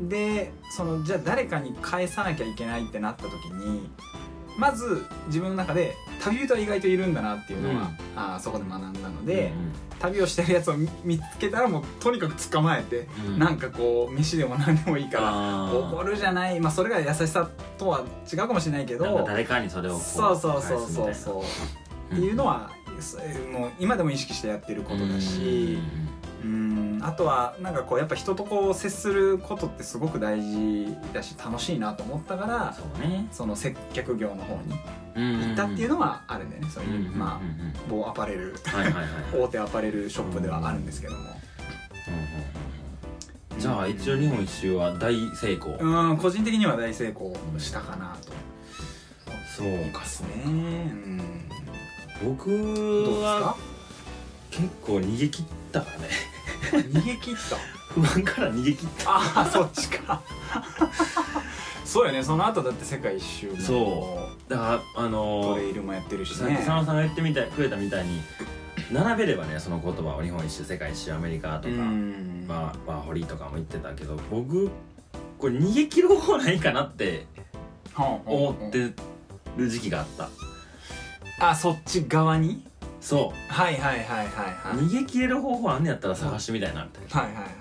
でそのじゃあ誰かに返さなきゃいけないってなった時にまず自分の中で旅人は意外といるんだなっていうのは、うん、あそこで学んだので、うんうん、旅をしてるやつを見つけたらもうとにかく捕まえて、うん、なんかこう飯でも何でもいいから怒るじゃない、まあそれが優しさとは違うかもしれないけど、 なんか誰かにそれをこうそうそうそうそうそうっていうのはもう今でも意識してやってることだし、うん、あとはなんかこうやっぱ人とこう接することってすごく大事だし楽しいなと思ったから、そうね、その接客業の方に行ったっていうのはあるんだよね。そういう、まあ某アパレル大手アパレルショップではあるんですけども、 じゃあ一応日本一周は大成功。 うん、個人的には大成功したかなと。 そうかすね。うん、 僕は結構逃げ切ったからね。 逃げ切った。 不安から逃げ切った。 ああ、そっちか。そうよね、その後だって世界一周もそうだからあのトレイルもやってるしね。 さっき佐野さんが言ってみたくれたみたいに並べればね、その言葉を日本一周世界一周アメリカとかバー、バーホリとかも言ってたけど、僕これ逃げ切る方ないかなって思ってる時期があった。 あ、そっち側に。 そうはいはいはいはいはい。 逃げ切れる方法あんねやったら探してみたいなみたいな。 はいはいはいはい。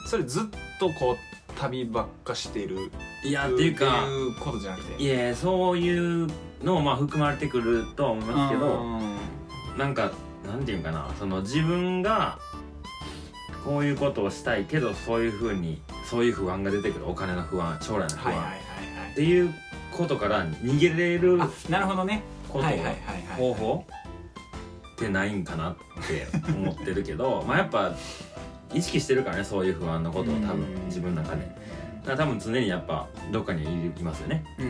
それずっとこう旅ばっかしてるいやっていうかっていうことじゃなくて、 いやそういうのもまあ含まれてくるとは思いますけど、なんかなんていうかな、その自分がこういうことをしたいけどそういうふうにそういう不安が出てくる、お金の不安、将来の不安っていうことから逃げれるなるほどねこと方法ってないんかなって思ってるけどまあやっぱ意識してるからね、そういう不安のことを多分自分の中で。だから多分常にやっぱどっかにいますよね。うんうん、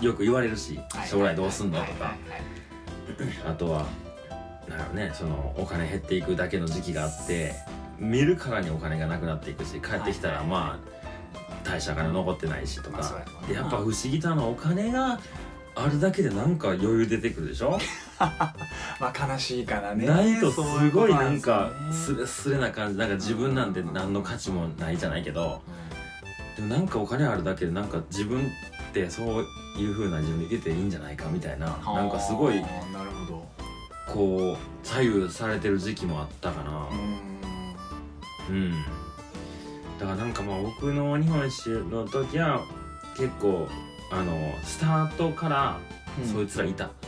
よく言われるし、将来どうすんのとか、あとはなんかね、そのお金減っていくだけの時期があって見るからにお金がなくなっていくし、帰ってきたらまあ大した金残ってないしとか、でやっぱ不思議なのはお金があるだけでなんか余裕出てくるでしょ。 まあ悲しいからね。 ないとすごいなんかスレスレな感じ、なんか自分なんて何の価値もないじゃないけど、でもなんかお金あるだけでなんか自分ってそういう風な自分でいてていいんじゃないかみたいな、なんかすごいこう左右されてる時期もあったかな。うん。だからなんかまあ僕の日本一周の時は結構あのスタートからそいつらいた。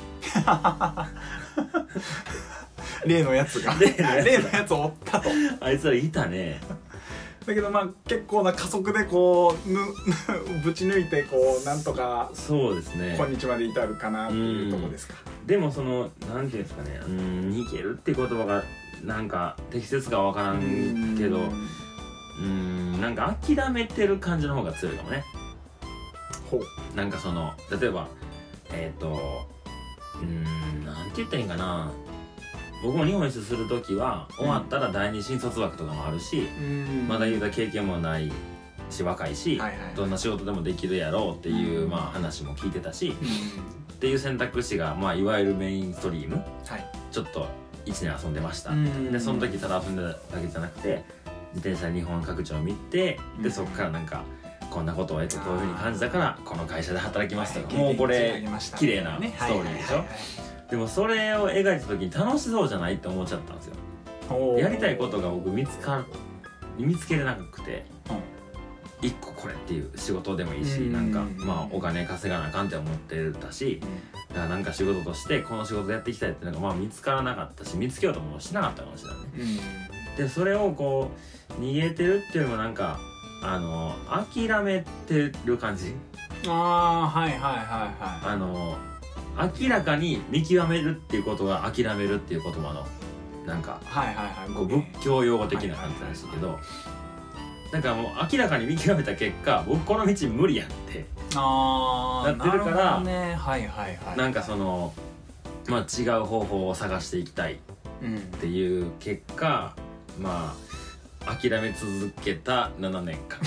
例のやつが例のやつおったと。 あいつらいたね。 だけどまあ結構な加速でこうぬぶち抜いてこうなんとかそうですね今日まで至るかなっていうところですか。 でもそのなんていうんですかね、うん逃げるって言葉がなんか適切かわからんけど、うんなんか諦めてる感じの方が強いかもね。 ほう。 なんかその例えばえっ、ー、とうんなんて言ったらいいんかな、僕も日本一周する時は終わったら第二新卒枠とかもあるし、うん、まだ言うた経験もないし若いし、はいはい、どんな仕事でもできるやろうっていう、うん、まあ話も聞いてたし、うん、っていう選択肢が、まあ、いわゆるメインストリーム、はい、ちょっといちねん遊んでました、うん、でその時ただ遊んでただけじゃなくて自転車で日本各地を見て、でそこからなんかこんなことを得てこういうふうに感じたからこの会社で働きますとか、もうこれ綺麗なストーリーでしょ。でもそれを描いた時に楽しそうじゃないって思っちゃったんですよ。やりたいことが僕見つか見つけれなくて、いっここれっていう仕事でもいいし、なんかまあお金稼がなあかんって思ってたし、だからなんか仕事としてこの仕事やっていきたいっていうのがまあ見つからなかったし、見つけようともしなかったかもしれないね。 でそれをこう逃げてるっていうよりもなんかあの諦めてる感じ。 ああ、はいはいはいはい。 あの明らかに見極めるっていうことが諦めるっていう言葉のなんかはいはいはい。 こう仏教用語的な感じなんですけど、だからもう明らかに見極めた結果僕この道無理やんってあなってるからなるほどね、はいはいはい。 なんかそのまあ違う方法を探していきたいっうんていう結果、まあ諦め続けたななねんかん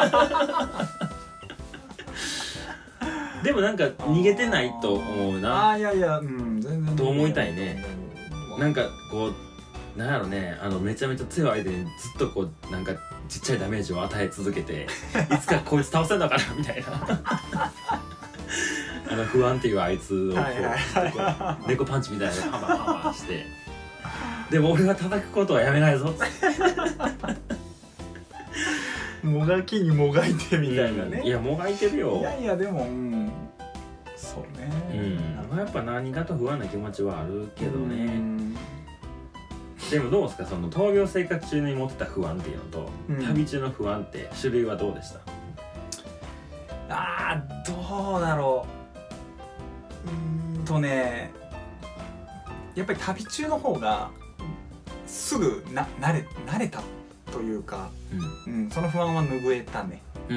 でもなんか逃げてないと思うな。 あーいやいや、うん、全然と思いたいね。なんかこうなんやろね、あのめちゃめちゃ強い相手にずっとこうなんかちっちゃいダメージを与え続けていつかこいつ倒せんのかなみたいなあの不安っていうあいつをこう、 はいはいこう猫パンチみたいなのでパンパンパンパンしてでも俺は叩くことはやめないぞもがきにもがいてみたいなね、 うん、いやもがいてるよ。 いやいやでも、うん、そうね、 うん、やっぱ何かと不安な気持ちはあるけどね、 うん、 でもどうですか、その闘病生活中に持ってた不安っていうのと、うん、旅中の不安って種類はどうでした？ あーどうだろう、うーんとねやっぱり旅中の方がすぐな慣れ慣れたというか、うんうん、その不安は拭えたね。うん、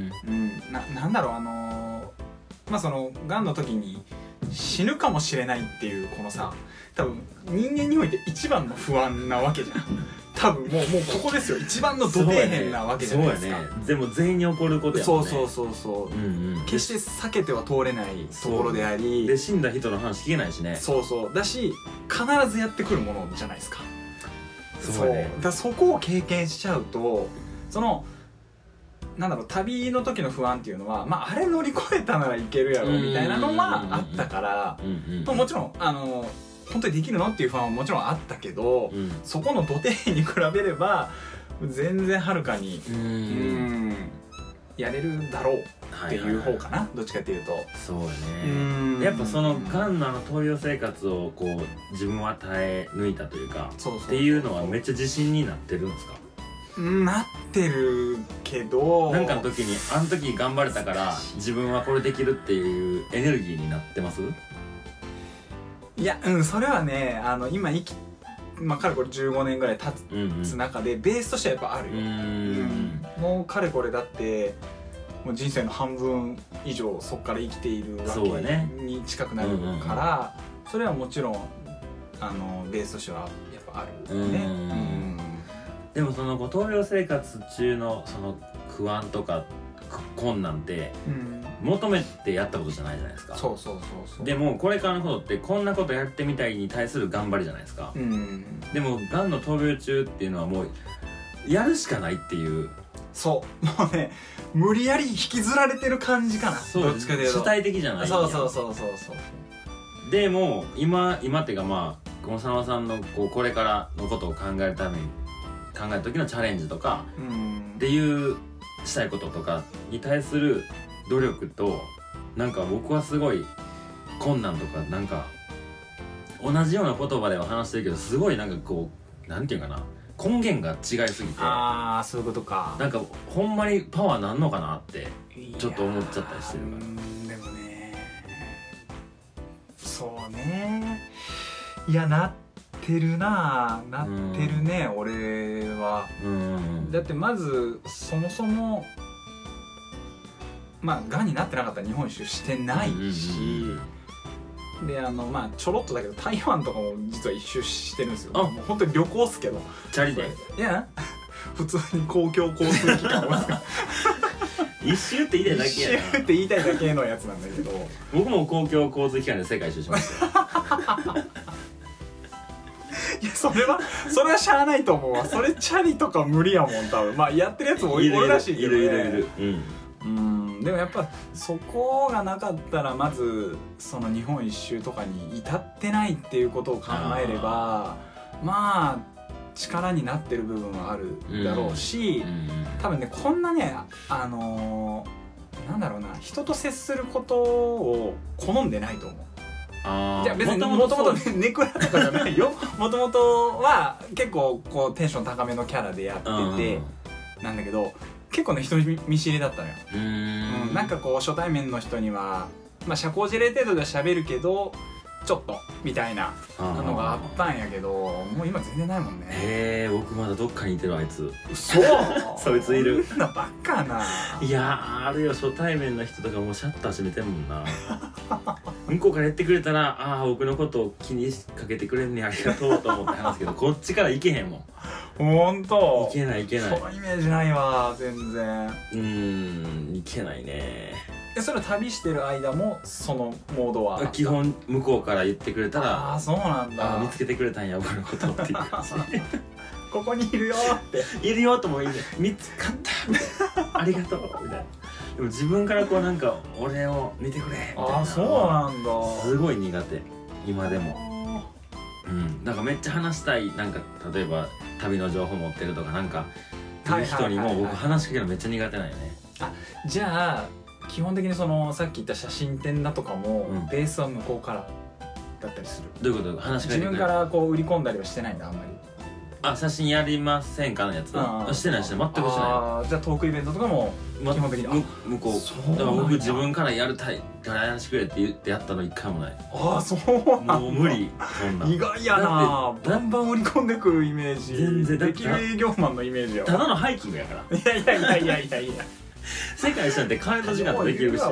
うん、な, なんだろうあのー、まあそのがんの時に死ぬかもしれないっていうこのさ、多分人間において一番の不安なわけじゃん多分もうもうここですよ、一番のど底辺なわけじゃないですか。 そうやね、でも全員に起こることやもんね。 そうそうそうそう、うんうん、決して避けては通れないところであり、 で死んだ人の話聞けないしね。 そうそうだし必ずやってくるものじゃないですか。 そうね、 だそこを経験しちゃうと、そのなんだろう旅の時の不安っていうのは、まあ、あれ乗り越えたならいけるやろみたいなのはあったから、もちろんあの本当にできるのっていう不安はもちろんあったけど、うん、そこの土底に比べれば全然はるかにうんうんやれるだろうっていう方かな、はいはいはい、どっちかっていうと。 そうね、やっぱそのがんのあの闘病生活をこう自分は耐え抜いたというかっていうのはめっちゃ自信になってるんですか？ なってるけど、 なんかの時にあの時頑張れたから自分はこれできるっていうエネルギーになってます？ いや、うん、それはね、あの今生きまあかれこれじゅうごねんぐらい経つ中で、うんうん、ベースとしてはやっぱあるよ。うん、うん、もうかれこれだってもう人生の半分以上そこから生きているわけに近くなるから、それはもちろんあのベースとしてはやっぱあるよね。うんうん、 でもその闘病生活中のその不安とか困難って、うん、求めてやったことじゃないじゃないですか。 そうそうそうそう。 でもこれからのことってこんなことやってみたいに対する頑張りじゃないですか。うん、でもがんの闘病中っていうのはもうやるしかないっていう。 そうもうね無理やり引きずられてる感じかな。 そう、どっちかというと主体的じゃない。 そうそうそうそうそう。 でも今今っていうかまあこの佐野さんのこうこれからのことを考えるために考える時のチャレンジとか、うん、っていうしたいこととかに対する努力と、なんか僕はすごい困難とかなんか同じような言葉では話してるけど、すごいなんかこうなんていうかな、根源が違いすぎて、 ああそういうことか、 なんかほんまにパワーなんのかなってちょっと思っちゃったりしてるから。 でもね、そうね、いやなってるななってるね、うん、俺は、うん、だってまずそもそもまあがんになってなかったら日本一周してないし、うん、であのまあちょろっとだけど台湾とかも実は一周してるんですよ。もう本当に旅行っすけど。 チャリで？ いや普通に公共交通機関を一周って言いたいだけやな。 一周って言いたいだけのやつなんだけど僕も公共交通機関で世界一周しましたよいやそれはそれはしゃあないと思うわ。それチャリとか無理やもん多分。まあやってるやつもおるらしいけどね。いるいるいる、うん、うんでもやっぱそこがなかったらまずその日本一周とかに至ってないっていうことを考えれば、まあ力になってる部分はあるだろうし、うん、多分ねこんなねあのー、なんだろうな、人と接することを好んでないと思う。 あいや別にもともとネクラとかじゃないよもともとは結構こうテンション高めのキャラでやっててなんだけど結構ね人見知りだったのよ。 うーん、 うん、なんかこう初対面の人にはまあ社交辞令程度では喋るけどちょっとみたいなのがあったんやけどもう今全然ないもんね。 へえ、僕まだどっかにいてるあいつ。 そうそいついる。 そんなばっかな。 いやー、あるよ、初対面の人とかもうシャッター閉めてんもんな向こうから言ってくれたら、ああ僕のことを気にかけてくれんねありがとうと思って話すけどこっちから行けへんもん。 ほんといけないいけない。 そのイメージないわ全然。 うーん、いけないね。 え、それ旅してる間もそのモードは基本向こうから言ってくれたら、 ああそうなんだ、 あ見つけてくれたんや僕のことっていう感じここにいるよっているよともいいね、見つかったみたいなありがとうみたいな。でも自分からこうなんか俺を見てくれみたいな。 ああそうなんだ。 すごい苦手今でも。うん、なんかめっちゃ話したい、なんか例えば旅の情報持ってるとかなんかっていう人にも僕話しかけるのめっちゃ苦手なんよね。 あ、じゃあ基本的にそのさっき言った写真展だとかも、うん、ベースは向こうからだったりする。 どういうこと？話しかけてくれる？自分からこう売り込んだりはしてないんだあんまり。 あ、写真やりませんかのやつ。してないしてない、全くしてない。 ああ、じゃあトークイベントとかも基本的に、ま、 向こうだから僕自分からやりたいからやらしてくれって言ってやったの一回もない。 ああそうなんだ。 もう無理そんな。 意外やな。バンバン売り込んでくるイメージ。 全然できる営業マンのイメージよ。 ただのハイキングやから。 いやいやいやいやいやいや世界一なんて金の時間とできるし。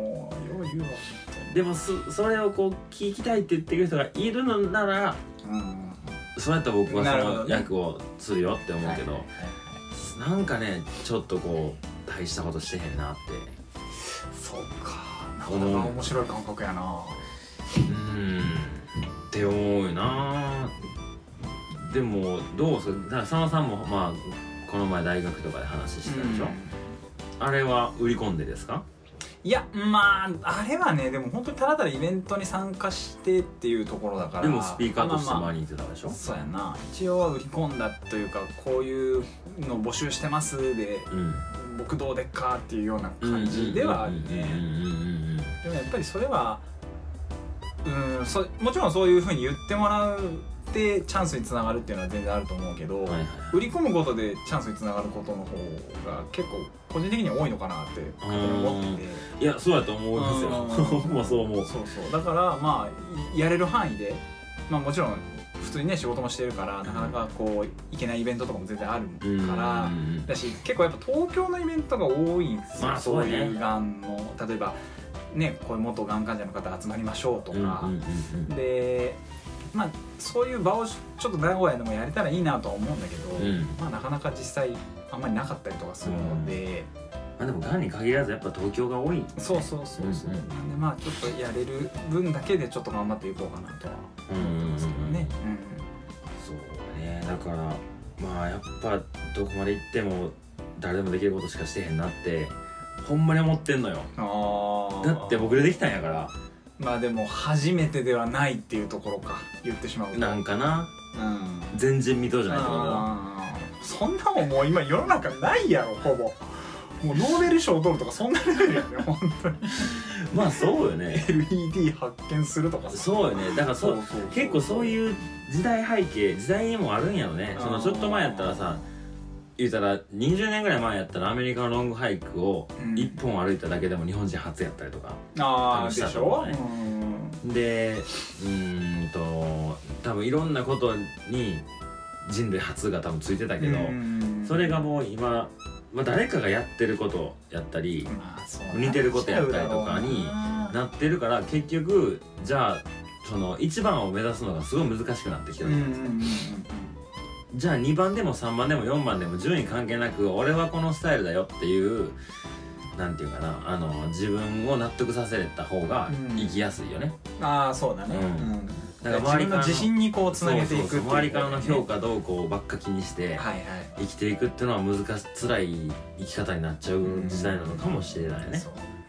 でも そ, それをこう聞きたいって言ってくる人がいるのなら、うん、そうやったら僕はその役をするよって思うけど、なんかねちょっとこう大したことしてへんなって。 そうか、なかなか面白い感覚やな。 うんって思うよな。でもどうですか、だから佐野さんもまあこの前大学とかで話してたでしょ、うん、あれは売り込んでですか？ いや、まああれはね、でも本当にただただイベントに参加してっていうところだから。 でもスピーカーとして前に行ってたでしょ、まあまあ、 そうやな。一応は売り込んだというか、こういうの募集してますで、うん、僕どうでっかっていうような感じではあるね。でもやっぱりそれはうん、そもちろんそういうふうに言ってもらうでチャンスにつながるっていうのは全然あると思うけど、はいはい、売り込むことでチャンスにつながることの方が結構個人的には多いのかなって思ってて。 いや、そうだと思いますよ。まあそう思う。 そうそう、だからまあやれる範囲で、まあもちろん普通にね仕事もしてるから、なかなかこう行けないイベントとかも全然あるからだし、結構やっぱ東京のイベントが多いんですよ、まあそうね、そういうがんの例えばね、こういう元がん患者の方集まりましょうとかで、まあそういう場をちょっと名古屋でもやれたらいいなとは思うんだけど、うん、まあなかなか実際あんまりなかったりとかするので、 うん、まあでもがんに限らずやっぱ東京が多い、ね、 そうそうそうそう、うんうん、なんでまあちょっとやれる分だけでちょっと頑張っていこうかなとは思うんですけどね。 そうね、だからまあやっぱどこまで行っても誰でもできることしかしてへんなってほんまに思ってんのよ。あ、だって僕でできたんやから。 まあでも初めてではないっていうところか、言ってしまうとなんかな、うん、前人未到じゃないってことだ。 そんなもんもう今世の中ないやろ、ほぼ。もうノーベル賞を取るとかそんなレベルやね、本当に。 まあそうよね。 エルイーディー 発見するとかさ。 そうよね。だからそう、そうそうそう、結構そういう時代背景、時代にもあるんやろね。そのちょっと前やったらさ、言うたらにじゅうねんぐらい前やったらアメリカのロングハイクをいっぽん歩いただけでも日本人初やったりとか、 ああ、したと思うね。 で、うーんと多分いろんなことに人類初が多分ついてたけど、それがもう今、まあ、誰かがやってることやったり、まあ、似てることやったりとかになってるから、結局じゃあそのいちばんを目指すのがすごい難しくなってきてるじゃないですか。じゃあにばんでもさんばんでもよんばんでも順位関係なく俺はこのスタイルだよっていう、なんていうかな、あの自分を納得させた方が生きやすいよね。 うん、ああそうだね、うん、 だから周りからの自分の自信にこうつなげていくっていう、ね、 周りからの評価どうこうばっか気にして生きていくっていうのは難し辛い生き方になっちゃう時代なのかもしれないね。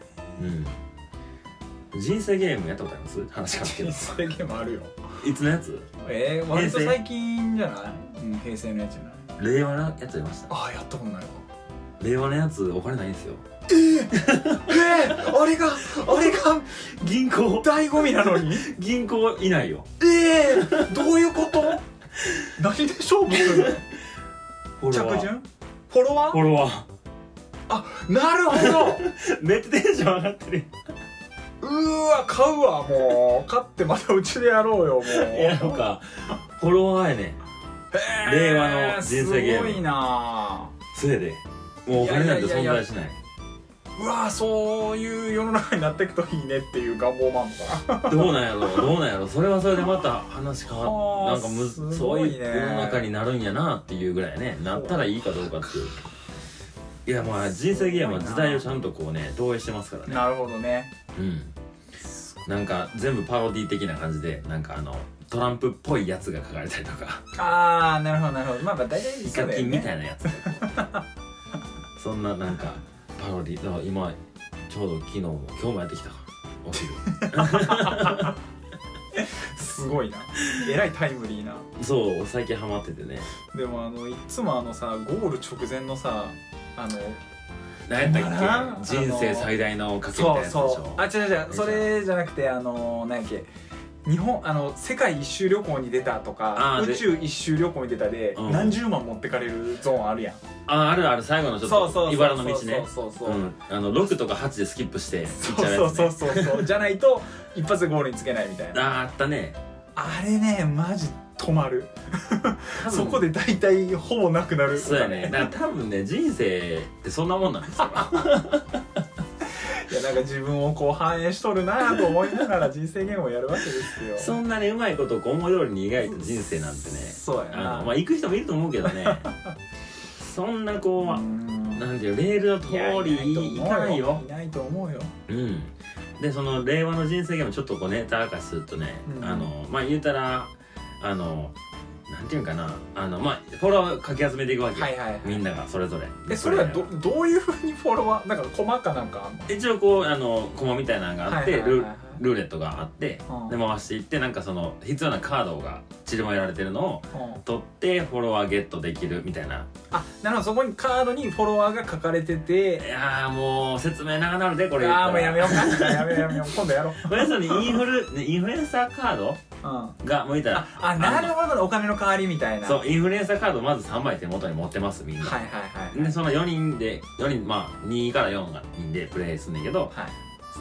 うん、人生ゲームやったことあります？話かけど。 人生ゲームあるよ。 いつのやつ？ えー、割と最近じゃない？うん、平成のやつじゃない？ 令和のやつやりました。 ああ、やったことないわ。 令和のやつお金ないんですよ。 えー、えー、あれがあれが銀行醍醐味なのに銀行いないよ。 ええー、どういうこと？何で勝負するの？着順？フォロワー？ フォロワー。 あ、なるほどめっちゃテンション上がってる。 うーわ、買うわ、もう買ってまたうちでやろうよ、もうやろうか。フォロワーやねん。令和の人生ゲーム。 すごいなぁ。 それでもうお金なんて存在しない。 うわぁ、そういう世の中になっていくといいねっていう願望もあるのかな。どうなんやろう、どうなんやろう。それはそれでまた話変わっなんかむ、ね、そういう世の中になるんやなっていうぐらいね、なったらいいかどうかっていう。いや、まあ人生ゲームは時代をちゃんとこうね投影してますからね。 なるほどね。 うん。なんか全部パロディ的な感じで、なんかあのトランプっぽいやつが書かれたりとか。 ああ、なるほどなるほど。まあまあ大体イカキンみたいなやつそんななんかパロディ。だから今ちょうど昨日も今日もやってきたお昼すごいな、えらいタイムリーな。 そう最近ハマっててね。 でもあのいつもあのさ、ゴール直前のさ、あの何やったっけ、人生最大の賭けみたいなやつでしょ。 そうそう、あ、違う違う、それじゃなくて、あの何やっけ、日本、あの世界一周旅行に出たとか宇宙一周旅行に出たで、うん、何十万持ってかれるゾーンあるやん。 あ、あるある。最後のちょっと茨の道ね。 そうそうそう、 うん、あのろくとかはちでスキップしていっちゃうやつ、ね、そうそうそうそうじゃないと一発でゴールにつけないみたいな。 あ、あったね。 あれね、マジ止まるそこで大体ほぼなくなる。 そうやね。だから多分ね、人生ってそんなもんなんですよいや、なんか自分をこう反映しとるなと思いながら人生ゲームをやるわけですよ。 そんなにうまいことを思い通りに描いた人生なんてね、 そうやな。 あの、まあ、行く人もいると思うけどねそんなこう、うなんていうレールの通りいかないよ。 いないと思うよ。 うん。で、その令和の人生ゲームちょっとこうネタ明かしするとね、うん、あのまあ言うたらあのなんていうんかな、あのまあフォロワーをかき集めていくわけよ、はいはいはい、みんながそれぞれ。 でそれは ど, どういうふうにフォロワー、なんかコマかなんかあんの？ 一応こうあのコマみたいなのがあって、ルーレットがあって、うん、で回していって、なんかその必要なカードが散りばめられてるのを取ってフォロワーゲットできるみたいな。 あ、なるほど。そこにカードにフォロワーが書かれてて、 いやーもう説明長なるでこれ。 ああ、もうやめようかやめようやめよう今度やろう。 これそのインフル、ね、インフルエンサーカードが向いたら、 ああ、なるほど、お金の代わりみたいな。 そう、インフルエンサーカードをまずさんまい手元に持ってますみんな。はいはいはい、はい、でそのよにんでよにん、まあにからよにんでプレイするんだけど、はい、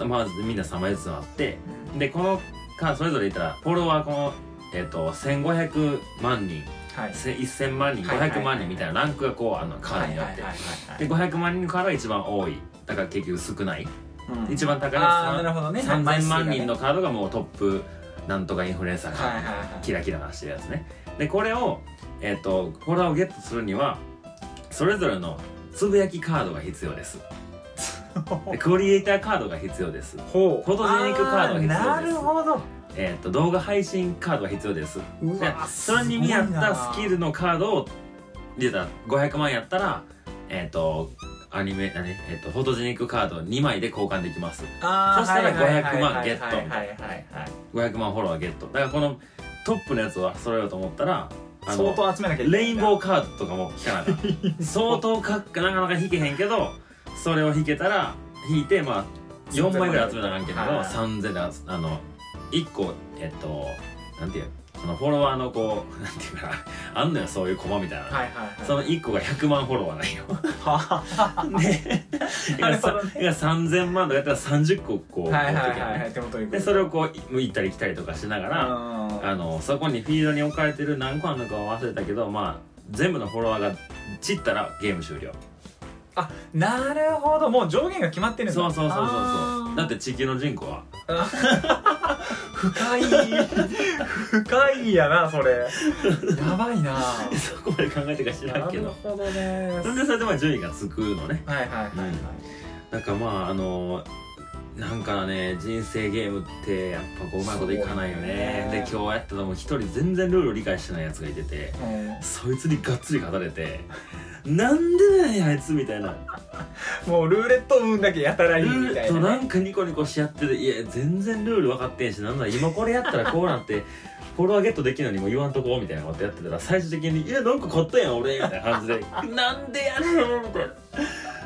まずみんなさんまいずつあって、うん、でこのカードそれぞれいったらフォロワーこの、えー、とせんごひゃくまんにん、はい、せんまんにん、ごひゃくまんにんみたいなランクがこうあのカードにあって、でごひゃくまんにんのカードが一番多い、だから結局少ない、うん、一番高いのはさんぜんまんにんのカードがもうトップなんとかインフルエンサーカード、キラキラ出してるやつね。でこれを、えー、とフォロワーをゲットするにはそれぞれのつぶやきカードが必要ですでクリエイターカードが必要です、フォトジェニックカードが必要です、 なるほど、 えー、と動画配信カードが必要です。でそれに見合ったスキルのカードを入れたらごひゃくまんやったら、えっ、ー、とアニメ何、えー、とフォトジェニックカードにまいで交換できます。そしたらごひゃくまんゲット、ごひゃくまんフォロワーゲット。だからこのトップのやつは揃えようと思ったら相当集めなきゃいけない。 レインボーカードとかも引かなかった相当かなかなか引けへんけど、それを引けたら引いて、まあよんまいぐらい集めなきゃいけないけど、さんぜんであのいっこ、えっとなんていうそのフォロワーのこうなんていうかな、あんのよそういうコマみたいな、はいはいはい、そのいっこがひゃくまんフォロワーなんよで今さんぜんまんとかやったらさんじゅっここうでそれをこう行ったり来たりとかしながら、あのそこにフィールドに置かれてる何個あるのかは忘れたけど、まあ全部のフォロワーが散ったらゲーム終了。 あ、なるほど、もう上限が決まってるんだ。 そうそうそうそうそう。だって地球の人口は深い深いやなそれやばいなそこまで考えてか知らんけど。 なるほどね。 それでそれでまあ順位がつくのね。 はいはいはいはい、うん、 なんかまああのなんかね、人生ゲームってやっぱこううまいこといかないよね。で今日やったのも一人全然ルール理解してないやつがいてて、そいつにがっつり語れてなんでなんやあいつみたいなもうルーレット運だけやたらいいみたいな、ね、 となんかニコニコしやってて、いや全然ルール分かってんし、なんだ今これやったらこうなってフォロワーゲットできるのにも言わんとこうみたいなことやってたら、最終的に「いやなんか買ったやん俺」みたいな感じで「なんでやねん」みたいな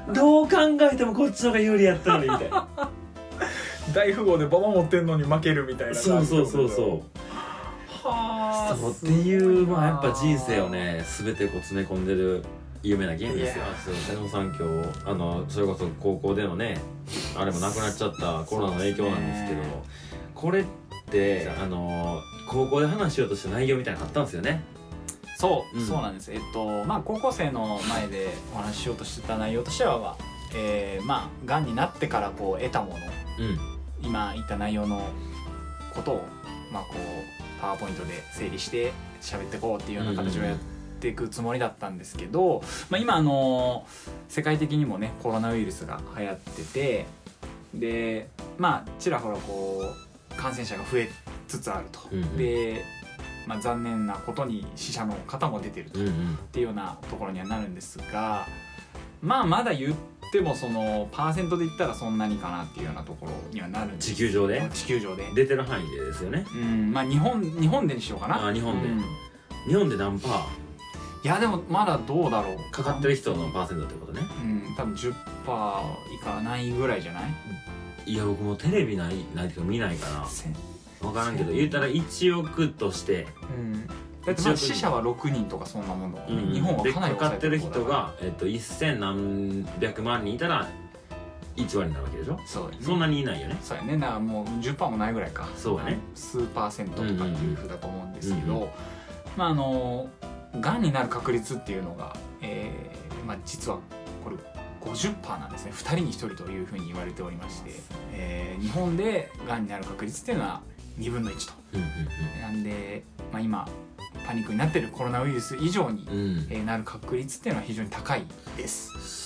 どう考えてもこっちの方が有利やったのにみたいな大富豪でババ持ってんのに負けるみたいな。 そうそうそうそうはあそうっていうまあやっぱ人生をね全てこう詰め込んでる有名なゲームですよ。そう瀬野さん今日あのそれこそ高校でのねあれもなくなっちゃったコロナの影響なんですけど、これってあの高校で話しようとした内容みたいなのあったんですよね。 そう、 うん、 そうなんです。えっとまあ高校生の前でお話ししようとしてた内容としては、まあえー、まあがんになってからこう得たもの、 うん、今言った内容のことをまあこうパワーポイントで整理して喋っていこうっていうような形をやっていくつもりだったんですけど、まあ、今あの世界的にもねコロナウイルスが流行ってて、でまあちらほらこう感染者が増えつつあると、うんうん、で、まあ、残念なことに死者の方も出てると、うんうん、っていうようなところにはなるんですが、まあまだ言ってもそのパーセントで言ったらそんなにかなっていうようなところにはなるんです。 地球上で地球上で出てる範囲でですよね。 うんまあ日本日本でにしようかな。 あ日本で、うん、日本で何パー？ いやでもまだどうだろう。 かかってる人のパーセントってことね。 うん多分 じゅっパーセント いかないぐらいじゃない？ いや僕もテレビないないけど見ないから分からんけど言うたらいちおくとして、うん、 だってまあ死者はろくにんとかそんなもんだもんね、うん、日本はかなりかかってる人が、えっと、せんなんびゃくまんにんいたらいちわりなわけでしょ。そう、ね、そんなにいないよね。 そうやね。だからもう じゅっパーセント もないぐらいか。 そうやね。 数パーセントとかっていうふうだと思うんですけど、うんうん、まああのがんになる確率っていうのが、えーまあ、実はこれ ごじゅっパーセント なんですね。ふたりにひとりというふうに言われておりまして、えー、日本でがんになる確率っていうのはにぶんのいちと、うんうんうん、なんで、まあ、今パニックになってるコロナウイルス以上に、うんえー、なる確率っていうのは非常に高いです。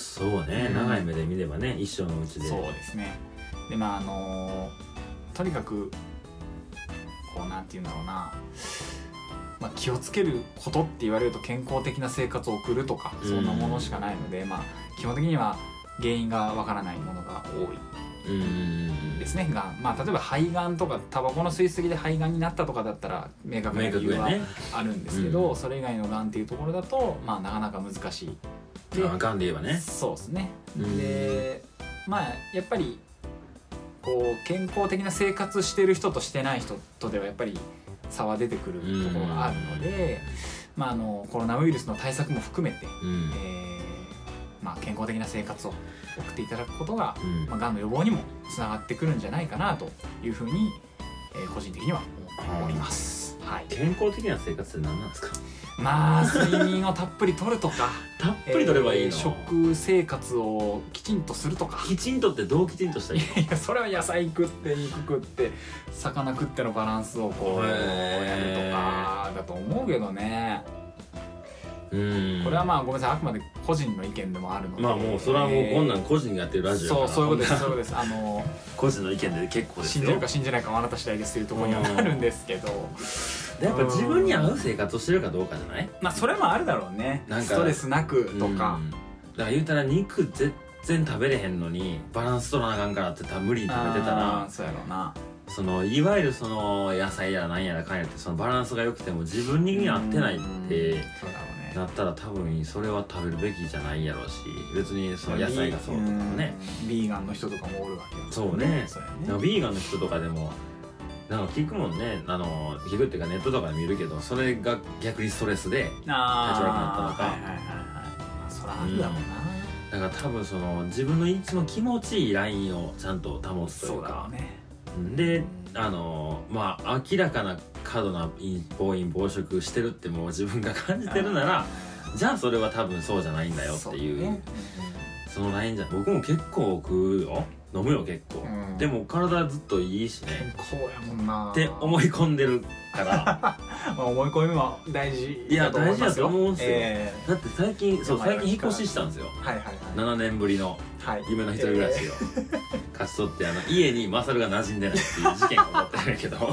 そうね、うん、長い目で見ればね一生のうちで。 そうですね。でまああのー、とにかくこうなんていうんだろうな、まあ、気をつけることって言われると健康的な生活を送るとかそんなものしかないので、うん、まあ基本的には原因がわからないものが多いですね。がん、まあ、例えば肺がんとかタバコの吸い過ぎで肺がんになったとかだったら明確な理由はあるんですけど、ねうん、それ以外のがんっていうところだと、まあ、なかなか難しい。 でがんで言えばね。 そうですね。でまあやっぱりこう健康的な生活してる人としてない人とではやっぱり差は出てくるところがあるので、まあ、あのコロナウイルスの対策も含めて、うんえーまあ、健康的な生活を送っていただくことが、うんまあ、がんの予防にもつながってくるんじゃないかなというふうに、えー、個人的には思っております、はい、 健康的な生活って何なんですか？ まあ睡眠をたっぷりとるとかたっぷりとればいいの、えー、 食生活をきちんとするとか。 きちんとってどうきちんとしたらいいの？ いやそれは野菜食って肉食って魚食ってのバランスをこうやるとかだと思うけどね。うんこれはまあごめんなさいあくまで個人の意見でもあるので、 まあもうそれはもうこんなん個人がやってるラジオだから、 そうそういうことですそういうことですあの個人の意見で結構ですよ。 信じるか信じないかはあなた次第ですというところにはなるんですけど、 やっぱ自分に合う生活をしてるかどうかじゃない？ まあそれもあるだろうね。なんかストレスなくとか、 だから言うたら肉全然食べれへんのにバランス取らなあかんからって多分無理に食べてたら、 そうやろうな。 そのいわゆるその野菜やら何やらかんやってそのバランスが良くても自分に合ってないってなったら多分それは食べるべきじゃないやろうし、別にその野菜がそうとかもね、 ビーガンの人とかもおるわけよ。 そうね。そうやね。ビーガンの人とかでもなんか聞くもんね、あの聞くっていうかネットとかで見るけど、それが逆にストレスで体調悪くなったとか。はいはいはいはい。 そらあるだろうな。 だから多分その自分の一番気持ちいいラインをちゃんと保つというか。そうだね。で、あのまあ明らかな過度な暴飲暴食してるってもう自分が感じてるなら、じゃあそれは多分そうじゃないんだよっていう、そのラインじゃ。僕も結構食うよ、飲むよ結構、うん、でも体ずっといいしね、 健康やもんなって思い込んでるからまあ思い込みも大事いや大事だと思うんですよ、えー、だって最近そう最近引っ越ししたんですよ、はいはいはい、ななねんぶりの夢の一人暮らしを、えー、勝ち取って、あの家にマサルが馴染んでないっていう事件が起こってるんやけど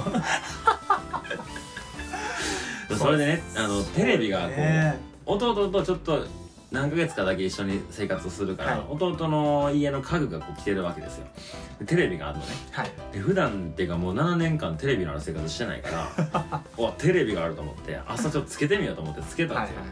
それでね、あのテレビがこう、えー、弟とちょっと何ヶ月かだけ一緒に生活するから、はい、弟の家の家具がこう来てるわけですよ。でテレビがあるのね、はい、で普段っていうかもうななねんかんテレビのある生活してないからおテレビがあると思って朝ちょっとつけてみようと思ってつけたんですよ、はいはいはい、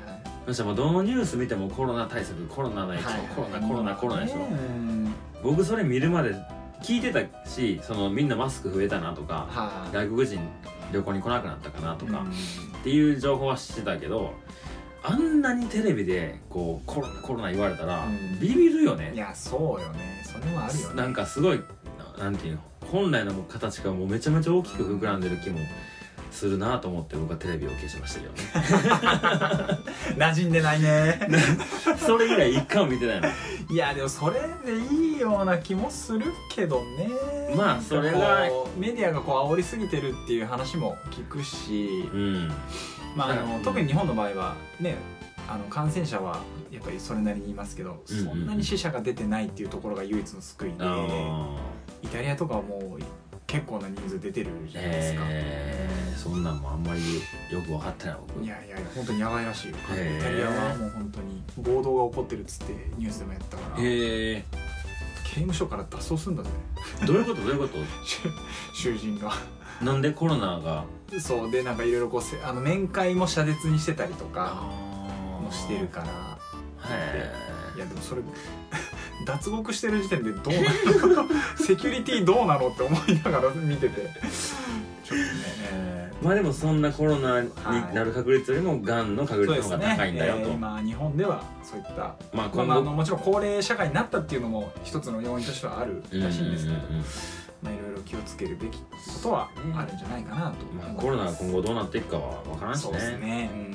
そしたらもうどのニュース見てもコロナ対策コロナの影響、はいはい、コロナコロナコロナでしょ、僕それ見るまで聞いてたし、そのみんなマスク増えたなとか、はあ、外国人旅行に来なくなったかなとか、うん、っていう情報は知ってたけど、あんなにテレビでこうコロナコロナ言われたら、うん、ビビるよね。 いやそうよね、それもあるよね。 なんかすごいなんていうの、本来の形がもうめちゃめちゃ大きく膨らんでる気もするなと思って、僕はテレビを消しましたけどね。 馴染んでないね。 それ以来一回も見てないの。 いやでもそれでいいような気もするけどね。 まあそれがメディアがこう煽りすぎてるっていう話も聞くし、うん、まああの、うん、特に日本の場合はね、あの感染者はやっぱりそれなりにいますけど、うんうん、そんなに死者が出てないっていうところが唯一の救いで、イタリアとかはもう結構な人数出てるじゃないですか。 えー、そんなんもあんまりよく分かってない僕。 いやいや本当にやばいらしいよ。イタリアはもう本当に暴動が起こってるっつってニュースでもやったから、えー、刑務所から脱走するんだぜ。 どういうことどういうこと？ 囚人が。なんでコロナが？ そうで、なんかいろいろこうあの面会も謝絶にしてたりとかもしてるから。へー。いやでもそれ脱獄してる時点でどうなのセキュリティどうなのって思いながら見ててちょっとね、 えー、まあでもそんなコロナになる確率よりもがんの確率の方が高いんだよと、ねえー、 今日本ではそういった、まあ今後、まあ、あのもちろん高齢社会になったっていうのも一つの要因としてはあるらしいんですけど、まあいろいろ気をつけるべきことはあるんじゃないかなと思います。 まあ、コロナが今後どうなっていくかは分からんしね。 そうですね、うんうん、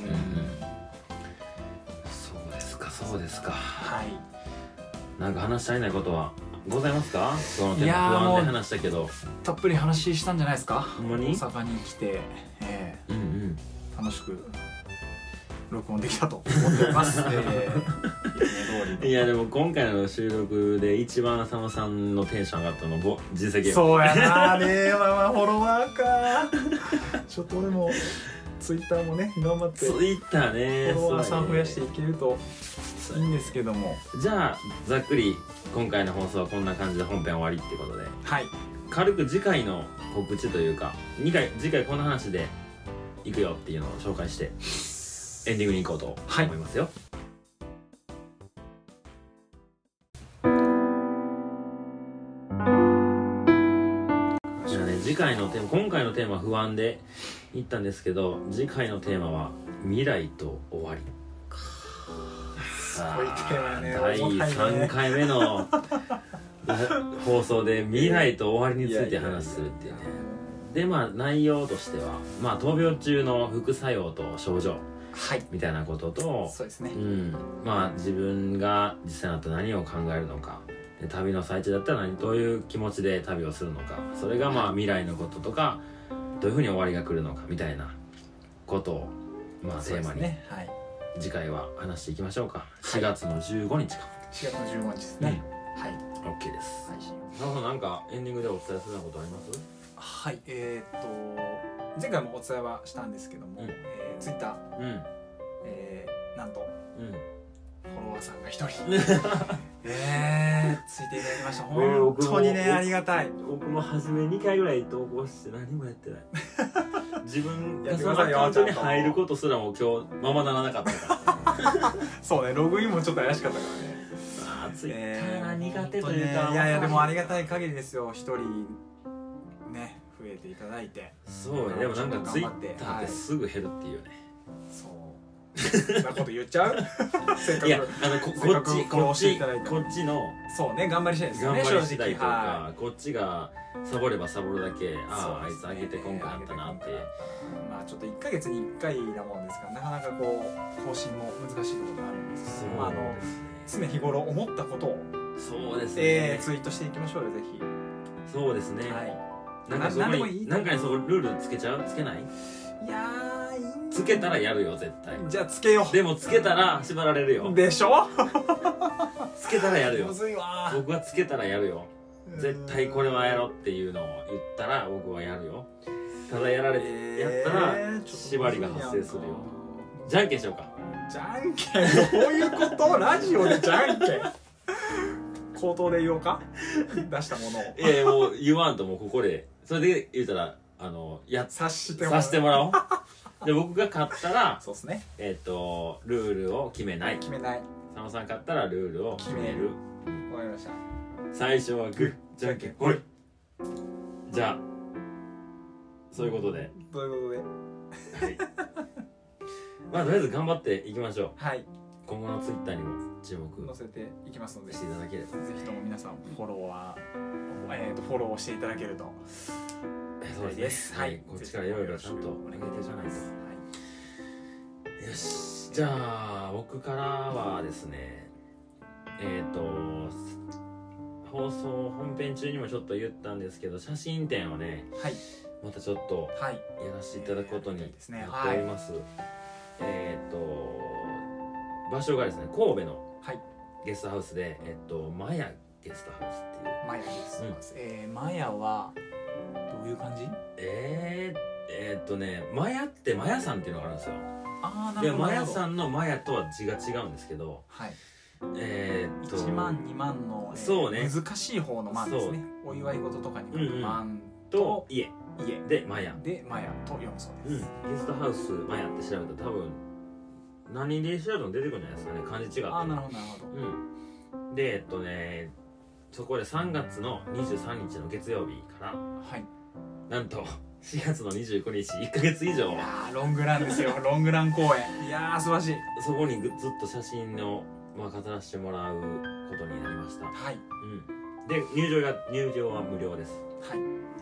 そうですかそうですか。 はい。 なんか話し足りないことはございますか？その点不安で話したけどたっぷり話したんじゃないですか。 ほんまに大阪に来て、えーうんうん、楽しく録音できたと思っております。えー、いやでも今回の収録で一番浅野さんのテンション上がったのも実績。 そうやなね。まあまあフォロワーかちょっと俺もツイッターもね頑張ってツイッターねフォロワーさん増やしていけるといいんですけども、 じゃあざっくり今回の放送はこんな感じで本編終わりっていうことで、 はい、 軽く次回の告知というかにかい次回こんな話でいくよっていうのを紹介してエンディングに行こうと思いますよ。はい、じゃあね、次回のテーマ、今回のテーマは不安で言ったんですけど、次回のテーマは未来と終わり。 すごいテーマね。 だいさんかいめの放送で未来と終わりについて話するっていうね。でまあ内容としては、まあ、闘病中の副作用と症状みたいなことと、 はい、そうですね、 うん、まあ自分が実際になった何を考えるのか、で旅の最中だったら何どういう気持ちで旅をするのか、それがまあ未来のこととかどういうふうに終わりが来るのかみたいなことをまあテーマに、ね、はい、次回は話していきましょうか。しがつのじゅうごにちか。 しがつのじゅうごにちですね。うん、はい。 OK です。なるほど。なんかエンディングでお伝えするようなことあります？ はい。えー、っと前回もお伝えはしたんですけども、うん、えー、Twitter、うん、えー、なんと、うん、フォロワーさんがひとりえー、ついていただきました。本当にね、ありがたい。 僕も初めにかいぐらい投稿して何もやってない自分がそのアカウントに入ることすらも今日ままならなかったからそうね、ログインもちょっと怪しかったからね。 あー、ツイッターが苦手というか、 ね、いやいやでもありがたい限りですよ。一人ね増えていただいて。 そうね、でもなんかツイッターってすぐ減るっていうよね、はい、 そうそんなこと言っちゃうせっかく、 いや、あの こ, こっちこっちこっちのそうね、頑張り次第ですよね、 頑張り次第というか、はい、こっちがサボればサボるだけ、ああ、あいつ上げてこんかったなって、 まあちょっといっかげつにいっかいなもんですからなかなかこう更新も難しいところがあるんですけど、まあ、あの常日頃思ったことをそうですね、 えー、ツイートしていきましょうよ、ぜひ。 そうですね、はい、なんかそこになんかにそうルールつけちゃう？つけない？ いやー、いいんつけたらやるよ絶対。 じゃあつけよう。 でもつけたら縛られるよ。 でしょつけたらやるよ。 むずいわ。 僕はつけたらやるよ。絶対これはやろうっていうのを言ったら僕はやるよ。ただやられて、えー、やったら縛りが発生するよ。じゃんけんしようか。 じゃんけんどういうこと？ラジオでじゃんけん口頭で言おうか出したものを。 いやいや、もう言わんともうここでそれで言うたらあのや察してもらおう。 で僕が勝ったらそうですね。 えっ、とルールを決めない。 決めない。 佐野さん勝ったらルールを決める。 わかりました。 最初はグーじゃんけんほい。じゃあそういうことで、 ということで、 はい。まあとりあえず頑張っていきましょう。 はい、 今後のツイッターにも注目載せていきますので、 していただければ。 ぜひとも皆さんフォロワー、えー、とフォローしていただけると。 そうですね。はい。こっちからいろいろちゃんとお願いじゃないと。 はい、 よし。じゃあ僕からはですね、えっ、ー、と放送本編中にもちょっと言ったんですけど、写真展をね、 はい、 またちょっとはい、 やらせていただくことになってですね。 おります。えっ、ー、と場所がですね、神戸のゲストハウスで、えっ、ー、とマヤゲストハウスっていう。 マヤゲストハウス。うん、えー、マヤはどういう感じ？ えー、えー、っとね、マヤってマヤさんっていうのがあるんですよ。 ああ、なるほど。 でマヤさんのマヤとは字が違うんですけど、 はい。 えー、っといちまんにまんの、えー、 そうね、 難しい方の万ですね。お祝い事とかに書く万と家家でマヤでマヤと読むそうです。 うん、ゲストハウスマヤって調べたら多分何で調べても出てくるんじゃないですかね、漢字違って。 ああ、なるほどなるほど。 うん。でえっとね、そこでさんがつのにじゅうさんにちの月曜日から、 はい、 なんとしがつのにじゅうくにちいっかげつ以上、 いやーロングランですよ。ロングラン公演。いやー素晴らしい。 そこにずっと写真を、まあ、飾らせてもらうことになりました。 はい、 うん、で入場が入場は無料です。 はい。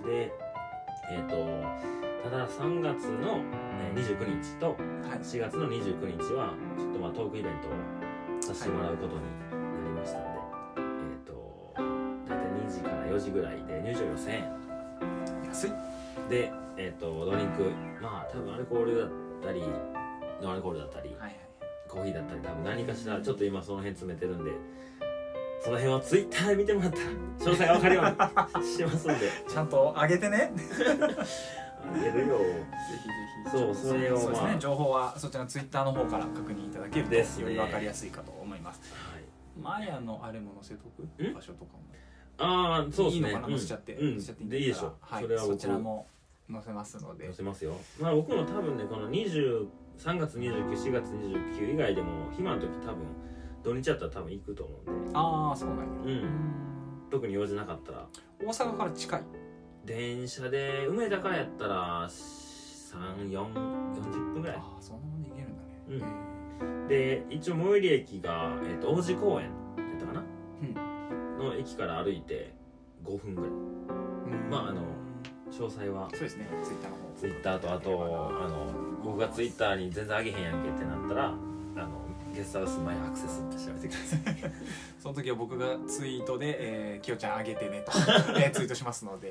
でえっ、ー、とたださんがつのにじゅうくにちとしがつのにじゅうくにちはちょっとまあトークイベントをさせてもらうことになりましたので、はい、えっ、ー、と大体にじからよじぐらいで入場料せんえん。 安い。 で、えー、とドリンク、まあ多分アルコールだったりノンアルコールだったり、はいはい、コーヒーだったり多分何かしらちょっと今その辺詰めてるんで、その辺はツイッターで見てもらったら詳細わかるようにしますんでちゃんと上げてね。 あげるよ。ぜひぜひ。 そうそれを、まあ、 そうですね、情報はそちらのツイッターの方から確認いただけると、ね、よりわかりやすいかと思います。はい、マヤのあれも載せとく場所とかも。 ああ、そうですね。 いいのかな、載せちゃって、 うん、 載せちゃっていいんでいいでしょ。 はい、 それはそちらも載せますので。 載せますよ。まあ僕も多分ね、このにじゅうさんがつにじゅうく、しがつにじゅうく以外でも暇の時多分土日やったら多分行くと思うんで。 ああ、そうなんや。 うん。特に用事なかったら。 大阪から近い。 電車で梅田からやったらさん、よん、よんじゅっぷんぐらい。 ああ、そんなもんで行けるんだね。 うん。で一応最寄り駅が、えー、と王子公園やったかな、うん、の駅から歩いてごふんぐらい。まああの詳細はそうですね、ツイッターの方、 ツイッターと、あとあの僕がツイッターに全然あげへんやんけってなったら、あのゲストハウスマイアクセスって調べてください。 その時は僕がツイートで、えー、きよちゃんあげてねと、えー、ツイートしますので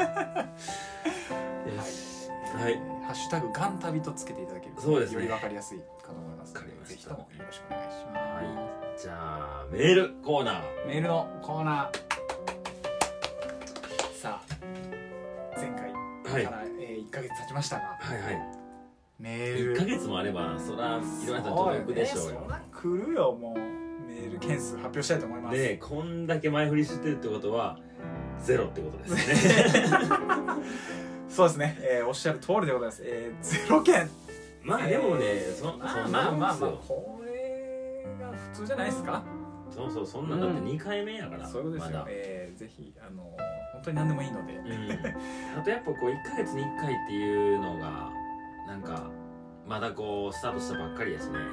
はい、はい、ハッシュタグガン旅とつけていただけると、 そうですね、 より分かりやすいかと思いますので、ぜひともよろしくお願いします。 はい、じゃあメールコーナーメールのコーナー、さあ前回から、はい、えー、いっかげつ経ちましたが、 はいはい、 メールいっかげつもあればそらいろんな人届くでしょうよ。 そら来るよ。もうメール件数発表したいと思います。 でこんだけ前振りしてるってことはゼロってことですね。 そうですね、えー、おっしゃる通りでございます。えー、ゼロ件。 まあでもね、えー、そまあまあまあまあこれが普通じゃないですか。 そうそう、そんなんだってにかいめやから、うん、 そういうことですよ、ま、えー、ぜひあの本当に何でもいいので、うん、 あとやっぱこういっかげつにいっかいっていうのがなんかまだこうスタートしたばっかりやしね、うん、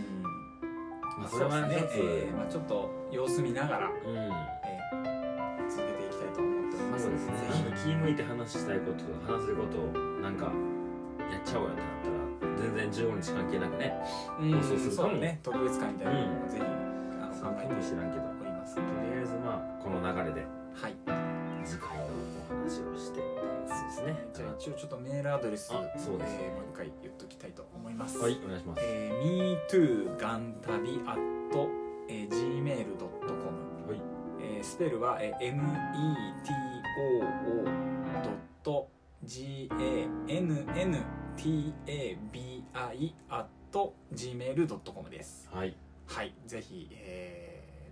まあそれはね、 えーまあ、ちょっと様子見ながら、うん、えー、続けていきたいと思っておりますので、ぜひ気向いて話したいこと話せることをなんかやっちゃおうよってなったら全然じゅうごにち関係なくね、 うん、そうするかもね、特別会みたいなのをぜひ、うん、考えて知らんけどおります。 とりあえずまあこの流れで、 はい、 次回のお話をしてっていう感じですね。 じゃあ一応ちょっとメールアドレス、 そうです、ね、 えー、もう一回言っときたいと思います。 はい、お願いします。 えー、ミートゥーガンタビアットジーメールドットコム、はい、えー、スペルは、えー、エムイーティーオーオードットジーエーエヌエヌティーエービーアイアットジーメールドットコムです。 はい。 はい、ぜひ、えー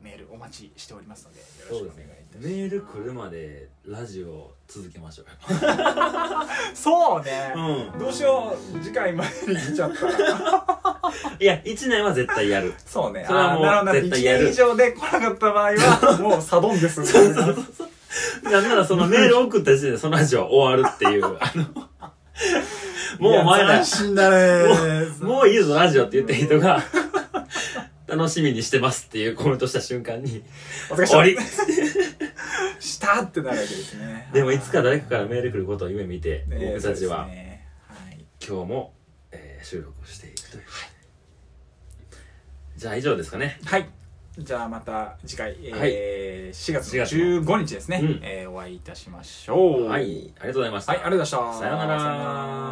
メールお待ちしておりますのでよろしくお願いいたします。 メール来るまでラジオ続けましょうよそうね、 うんどうしよう次回までに来ちゃったらいやいちねんは絶対やるそうね、 それはもうあーなるほど絶対やるいちねん以上で来なかった場合はもうサドンですそうそうそうそうなんならそのメール送った時点でそのラジオ終わるっていうあのもうお前ら斬新だねもうもういいぞラジオって言った人が楽しみにしてますっていうコメントした瞬間にお疲れ終わりしたってなるわけですね。 でもいつか誰かからメール来ることを夢見て、 ね僕たちは、 そうですねはい、 今日も、えー収録をしていくという、はい、じゃあ以上ですかね。 はいじゃあまた次回、えーはい、 しがつのじゅうごにちですね、 うんえーお会いいたしましょう。 はい、ありがとうございました。 はい、ありがとうございました。 さようなら。 さようなら。